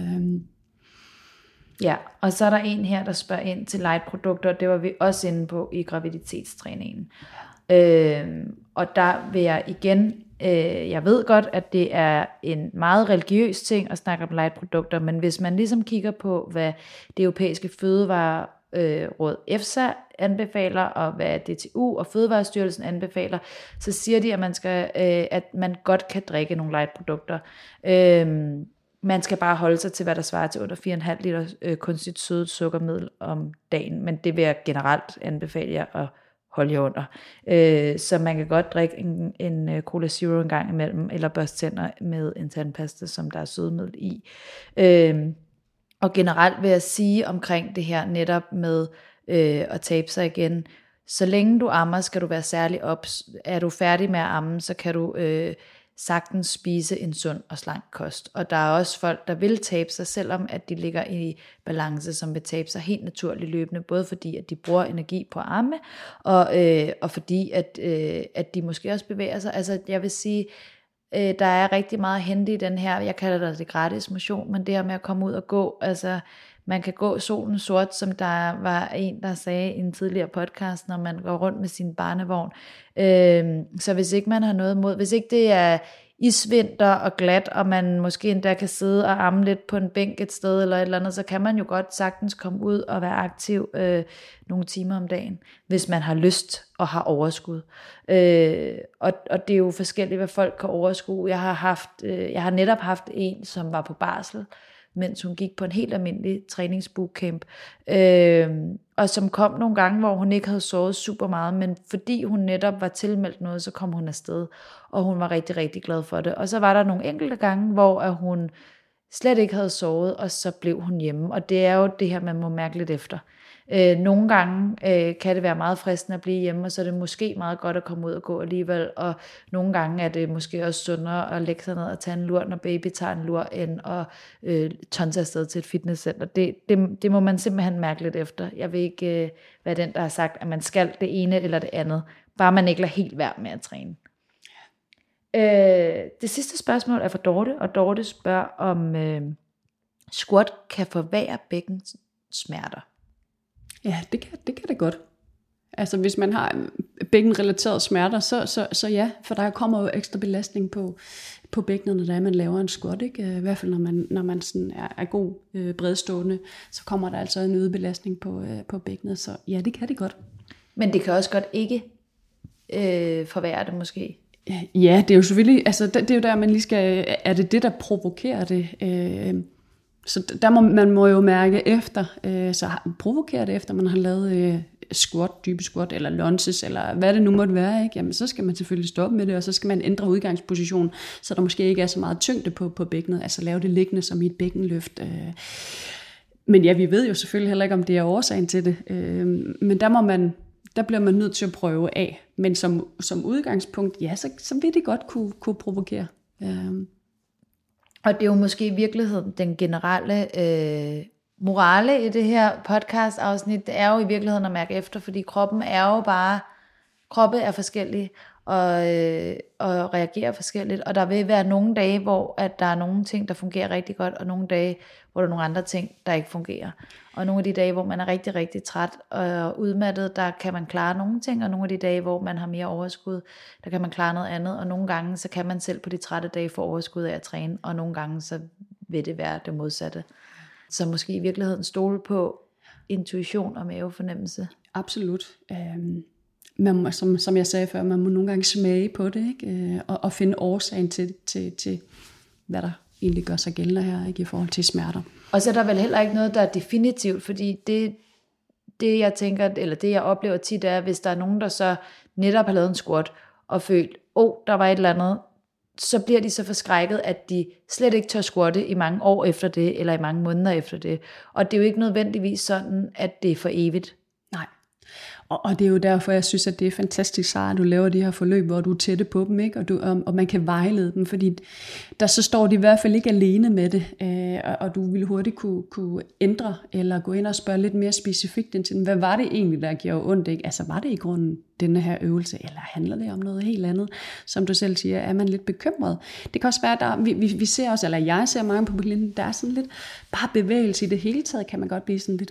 Ja, og så er der en her, der spørger ind til light-produkter, og det var vi også inde på i graviditetstræningen. Og der vil jeg igen, jeg ved godt, at det er en meget religiøs ting at snakke om light-produkter, men hvis man ligesom kigger på, hvad det europæiske fødevareråd EFSA anbefaler, og hvad DTU og Fødevarestyrelsen anbefaler, så siger de, at man godt kan drikke nogle light-produkter. Man skal bare holde sig til, hvad der svarer til under 4,5 liter kunstigt sødet sukkermiddel om dagen, men det vil jeg generelt anbefale jer at holde jer under. Så man kan godt drikke en Cola Zero en gang imellem, eller børste tænder med en tandpasta, som der er sødemiddel i. Og generelt vil jeg sige omkring det her netop med at tabe sig igen, så længe du ammer, skal du være særlig ops. Er du færdig med at amme, så kan du sagtens spise en sund og slank kost. Og der er også folk, der vil tabe sig, selvom at de ligger i balance, som vil tabe sig helt naturligt løbende, både fordi, at de bruger energi på at amme, og fordi, at de måske også bevæger sig. Altså, jeg vil sige, der er rigtig meget at hente i den her, jeg kalder det gratis motion, men det her med at komme ud og gå, altså, man kan gå solen sort, som der var en, der sagde i en tidligere podcast, når man går rundt med sin barnevogn. Så hvis ikke man har noget imod, hvis ikke det er isvinter og glat, og man måske endda kan sidde og amme lidt på en bænk et sted eller et eller andet, så kan man jo godt sagtens komme ud og være aktiv nogle timer om dagen, hvis man har lyst og har overskud. Og det er jo forskelligt, hvad folk kan overskue. Jeg har netop haft en, som var på barsel, mens hun gik på en helt almindelig træningsbootcamp, og som kom nogle gange, hvor hun ikke havde sovet super meget, men fordi hun netop var tilmeldt noget, så kom hun afsted, og hun var rigtig, rigtig glad for det. Og så var der nogle enkelte gange, hvor hun slet ikke havde sovet, og så blev hun hjemme, og det er jo det her, man må mærke lidt efter. Nogle gange kan det være meget fristende at blive hjemme, og så er det måske meget godt at komme ud og gå alligevel, og nogle gange er det måske også sundere at lægge sig ned og tage en lur, når baby tager en lur, end at tonse afsted til et fitnesscenter. Det må man simpelthen mærke lidt efter. Jeg vil ikke være den, der har sagt, at man skal det ene eller det andet, bare man ikke lader helt være med at træne. Det sidste spørgsmål er fra Dorte, og Dorte spørger, om squat kan forværre bækkens smerter. Ja, det kan det godt. Altså hvis man har bækkenrelaterede smerter, så ja, for der kommer jo ekstra belastning på bækkenet, når man laver en squat, ikke? I hvert fald når man sådan er god bredstående, så kommer der altså en øget belastning på bækkenet, så ja, det kan det godt. Men det kan også godt ikke forværre det måske? Ja, det er jo selvfølgelig, altså det er jo der, man lige skal, er det der provokerer det? Så der man må jo mærke efter, så provokerer det efter, man har lavet squat, dybe squat, eller lunges, eller hvad det nu måtte være, ikke? Jamen, så skal man selvfølgelig stoppe med det, og så skal man ændre udgangsposition, så der måske ikke er så meget tyngde på bækkenet, altså lave det liggende som i et bækkenløft. Men ja, vi ved jo selvfølgelig heller ikke, om det er årsagen til det, men der bliver man nødt til at prøve af. Men som udgangspunkt, ja, så vil det godt kunne provokere. Og det er jo måske i virkeligheden den generelle morale i det her podcast afsnit, det er jo i virkeligheden at mærke efter, fordi kroppen er forskellig og reagerer forskelligt, og der vil være nogle dage, hvor at der er nogle ting, der fungerer rigtig godt, og nogle dage, hvor der er nogle andre ting, der ikke fungerer. Og nogle af de dage, hvor man er rigtig, rigtig træt og udmattet, der kan man klare nogle ting, og nogle af de dage, hvor man har mere overskud, der kan man klare noget andet, og nogle gange, så kan man selv på de trætte dage få overskud af at træne, og nogle gange, så vil det være det modsatte. Så måske i virkeligheden stole på intuition og mavefornemmelse. Absolut. Man må, som jeg sagde før, man må nogle gange smage på det, ikke? Og finde årsagen til hvad der egentlig gør sig gældende her, ikke? I forhold til smerter. Og så er der vel heller ikke noget, der er definitivt, fordi det jeg tænker, eller det jeg oplever tit er, hvis der er nogen, der så netop har lavet en squat og følt, der var et eller andet, så bliver de så forskrækket, at de slet ikke tør squatte i mange år efter det, eller i mange måneder efter det. Og det er jo ikke nødvendigvis sådan, at det er for evigt. Nej. Og det er jo derfor, jeg synes, at det er fantastisk, Sara, at du laver de her forløb, hvor du er tætte på dem, ikke? Og man kan vejlede dem, fordi der så står de i hvert fald ikke alene med det, og du ville hurtigt kunne ændre, eller gå ind og spørge lidt mere specifikt ind til dem. Hvad var det egentlig, der gjorde ondt? Ikke? Altså var det i grunden denne her øvelse, eller handler det om noget helt andet? Som du selv siger, er man lidt bekymret? Det kan også være, at vi ser også, eller jeg ser mange på klienten, der er sådan lidt, bare bevægelse i det hele taget, kan man godt blive sådan lidt,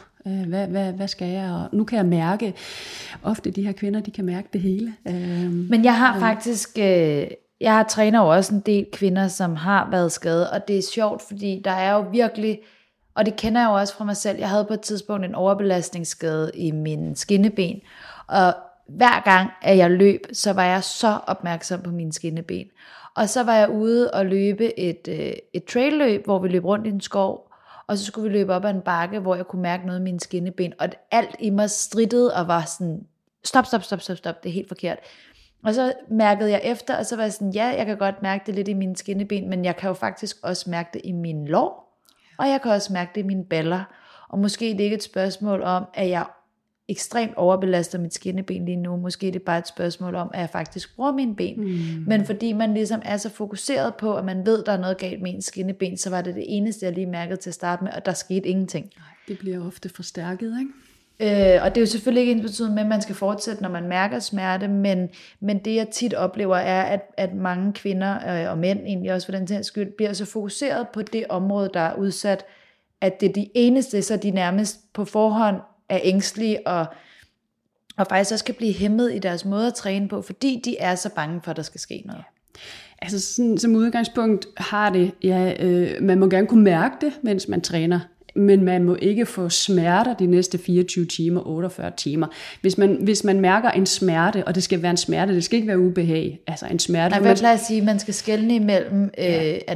hvad skal jeg? Og nu kan jeg mærke, ofte de her kvinder, de kan mærke det hele. Men jeg har faktisk, jeg træner jo også en del kvinder, som har været skadet, og det er sjovt, fordi der er jo virkelig, og det kender jeg jo også fra mig selv, jeg havde på et tidspunkt en overbelastningsskade i min skinneben, og hver gang, at jeg løb, så var jeg så opmærksom på mine skinneben. Og så var jeg ude og løbe et trailløb, hvor vi løb rundt i en skov, og så skulle vi løbe op ad en bakke, hvor jeg kunne mærke noget af mine skinneben, og alt i mig strittede og var sådan, stop, det er helt forkert. Og så mærkede jeg efter, og så var jeg sådan, ja, jeg kan godt mærke det lidt i mine skinneben, men jeg kan jo faktisk også mærke det i mine lår, og jeg kan også mærke det i mine baller. Og måske det ikke et spørgsmål om, at jeg ekstremt overbelaster mit skinneben lige nu. Måske det er bare et spørgsmål om, at jeg faktisk bruger mine ben. Men fordi man ligesom er så fokuseret på, at man ved, der er noget galt med ens skinneben, så var det eneste, jeg lige mærkede til at starte med, og der skete ingenting. Det bliver ofte forstærket, ikke? Og det er jo selvfølgelig ikke ensbetydende med, at man skal fortsætte, når man mærker smerte, men det jeg tit oplever er, at mange kvinder og mænd egentlig også for den sags skyld, bliver så fokuseret på det område, der er udsat, at det er de eneste, så de nærmest på forhånd er ængstelige og faktisk også kan blive hæmmet i deres måde at træne på, fordi de er så bange for, at der skal ske noget. Altså sådan, som udgangspunkt har det, man må gerne kunne mærke det, mens man træner, men man må ikke få smerter de næste 24 timer, 48 timer. Hvis man mærker en smerte, og det skal være en smerte, det skal ikke være ubehag, altså en smerte. Nej, jeg plejer at sige, at man skal skelne imellem, at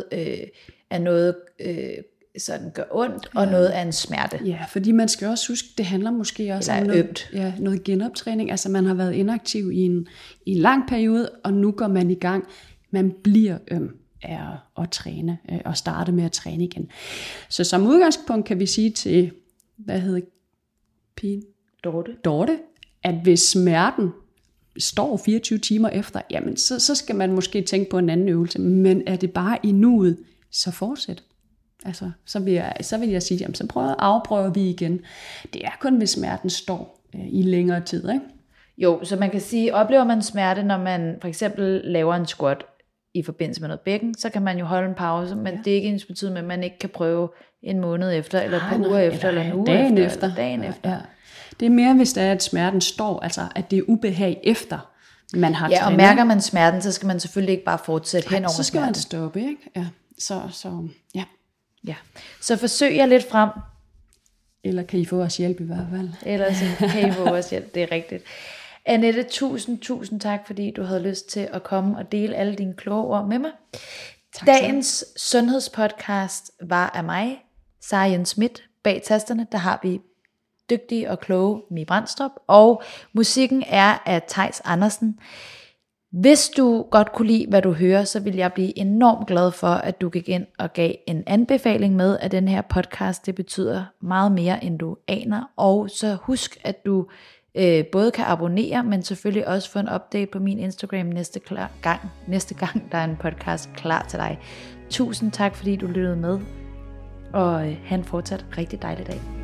noget sådan gør ondt, og noget er en smerte. Ja, fordi man skal også huske, det handler måske også om noget genoptræning. Altså man har været inaktiv i en lang periode, og nu går man i gang. Man bliver af at træne, og starte med at træne igen. Så som udgangspunkt kan vi sige til, hvad hedder pigen? Dorte, at hvis smerten står 24 timer efter, jamen så skal man måske tænke på en anden øvelse. Men er det bare i nuet, så fortsæt. Altså, så vil jeg sige, jamen, så afprøver vi igen. Det er kun, hvis smerten står i længere tid, ikke? Jo, så man kan sige, oplever man smerte, når man for eksempel laver en squat i forbindelse med noget bækken, så kan man jo holde en pause, men det er ikke ens betydning, at man ikke kan prøve en måned efter, eller et par uger efter, eller en uge dagen efter. Eller dagen efter. Ja. Det er mere, hvis det er, at smerten står, altså at det er ubehag efter, man har trænet. Ja, og mærker man smerten, så skal man selvfølgelig ikke bare fortsætte hen over smerten. Så skal man stoppe, ikke? Ja. Så ja. Ja, så forsøg jer lidt frem. Eller kan I få os hjælp i hvert fald. Ellers kan I få os hjælp, det er rigtigt. Annette, tusind tak, fordi du havde lyst til at komme og dele alle dine kloge ord med mig. Tak, dagens sundhedspodcast var af mig, Sara Jens Schmidt. Bag tasterne, der har vi dygtige og kloge Mie Brandstrup, og musikken er af Theis Andersen. Hvis du godt kunne lide, hvad du hører, så vil jeg blive enormt glad for, at du gik ind og gav en anbefaling med af den her podcast. Det betyder meget mere, end du aner. Og så husk, at du både kan abonnere, men selvfølgelig også få en update på min Instagram næste gang, der er en podcast klar til dig. Tusind tak, fordi du lyttede med, og have en fortsat rigtig dejlig dag.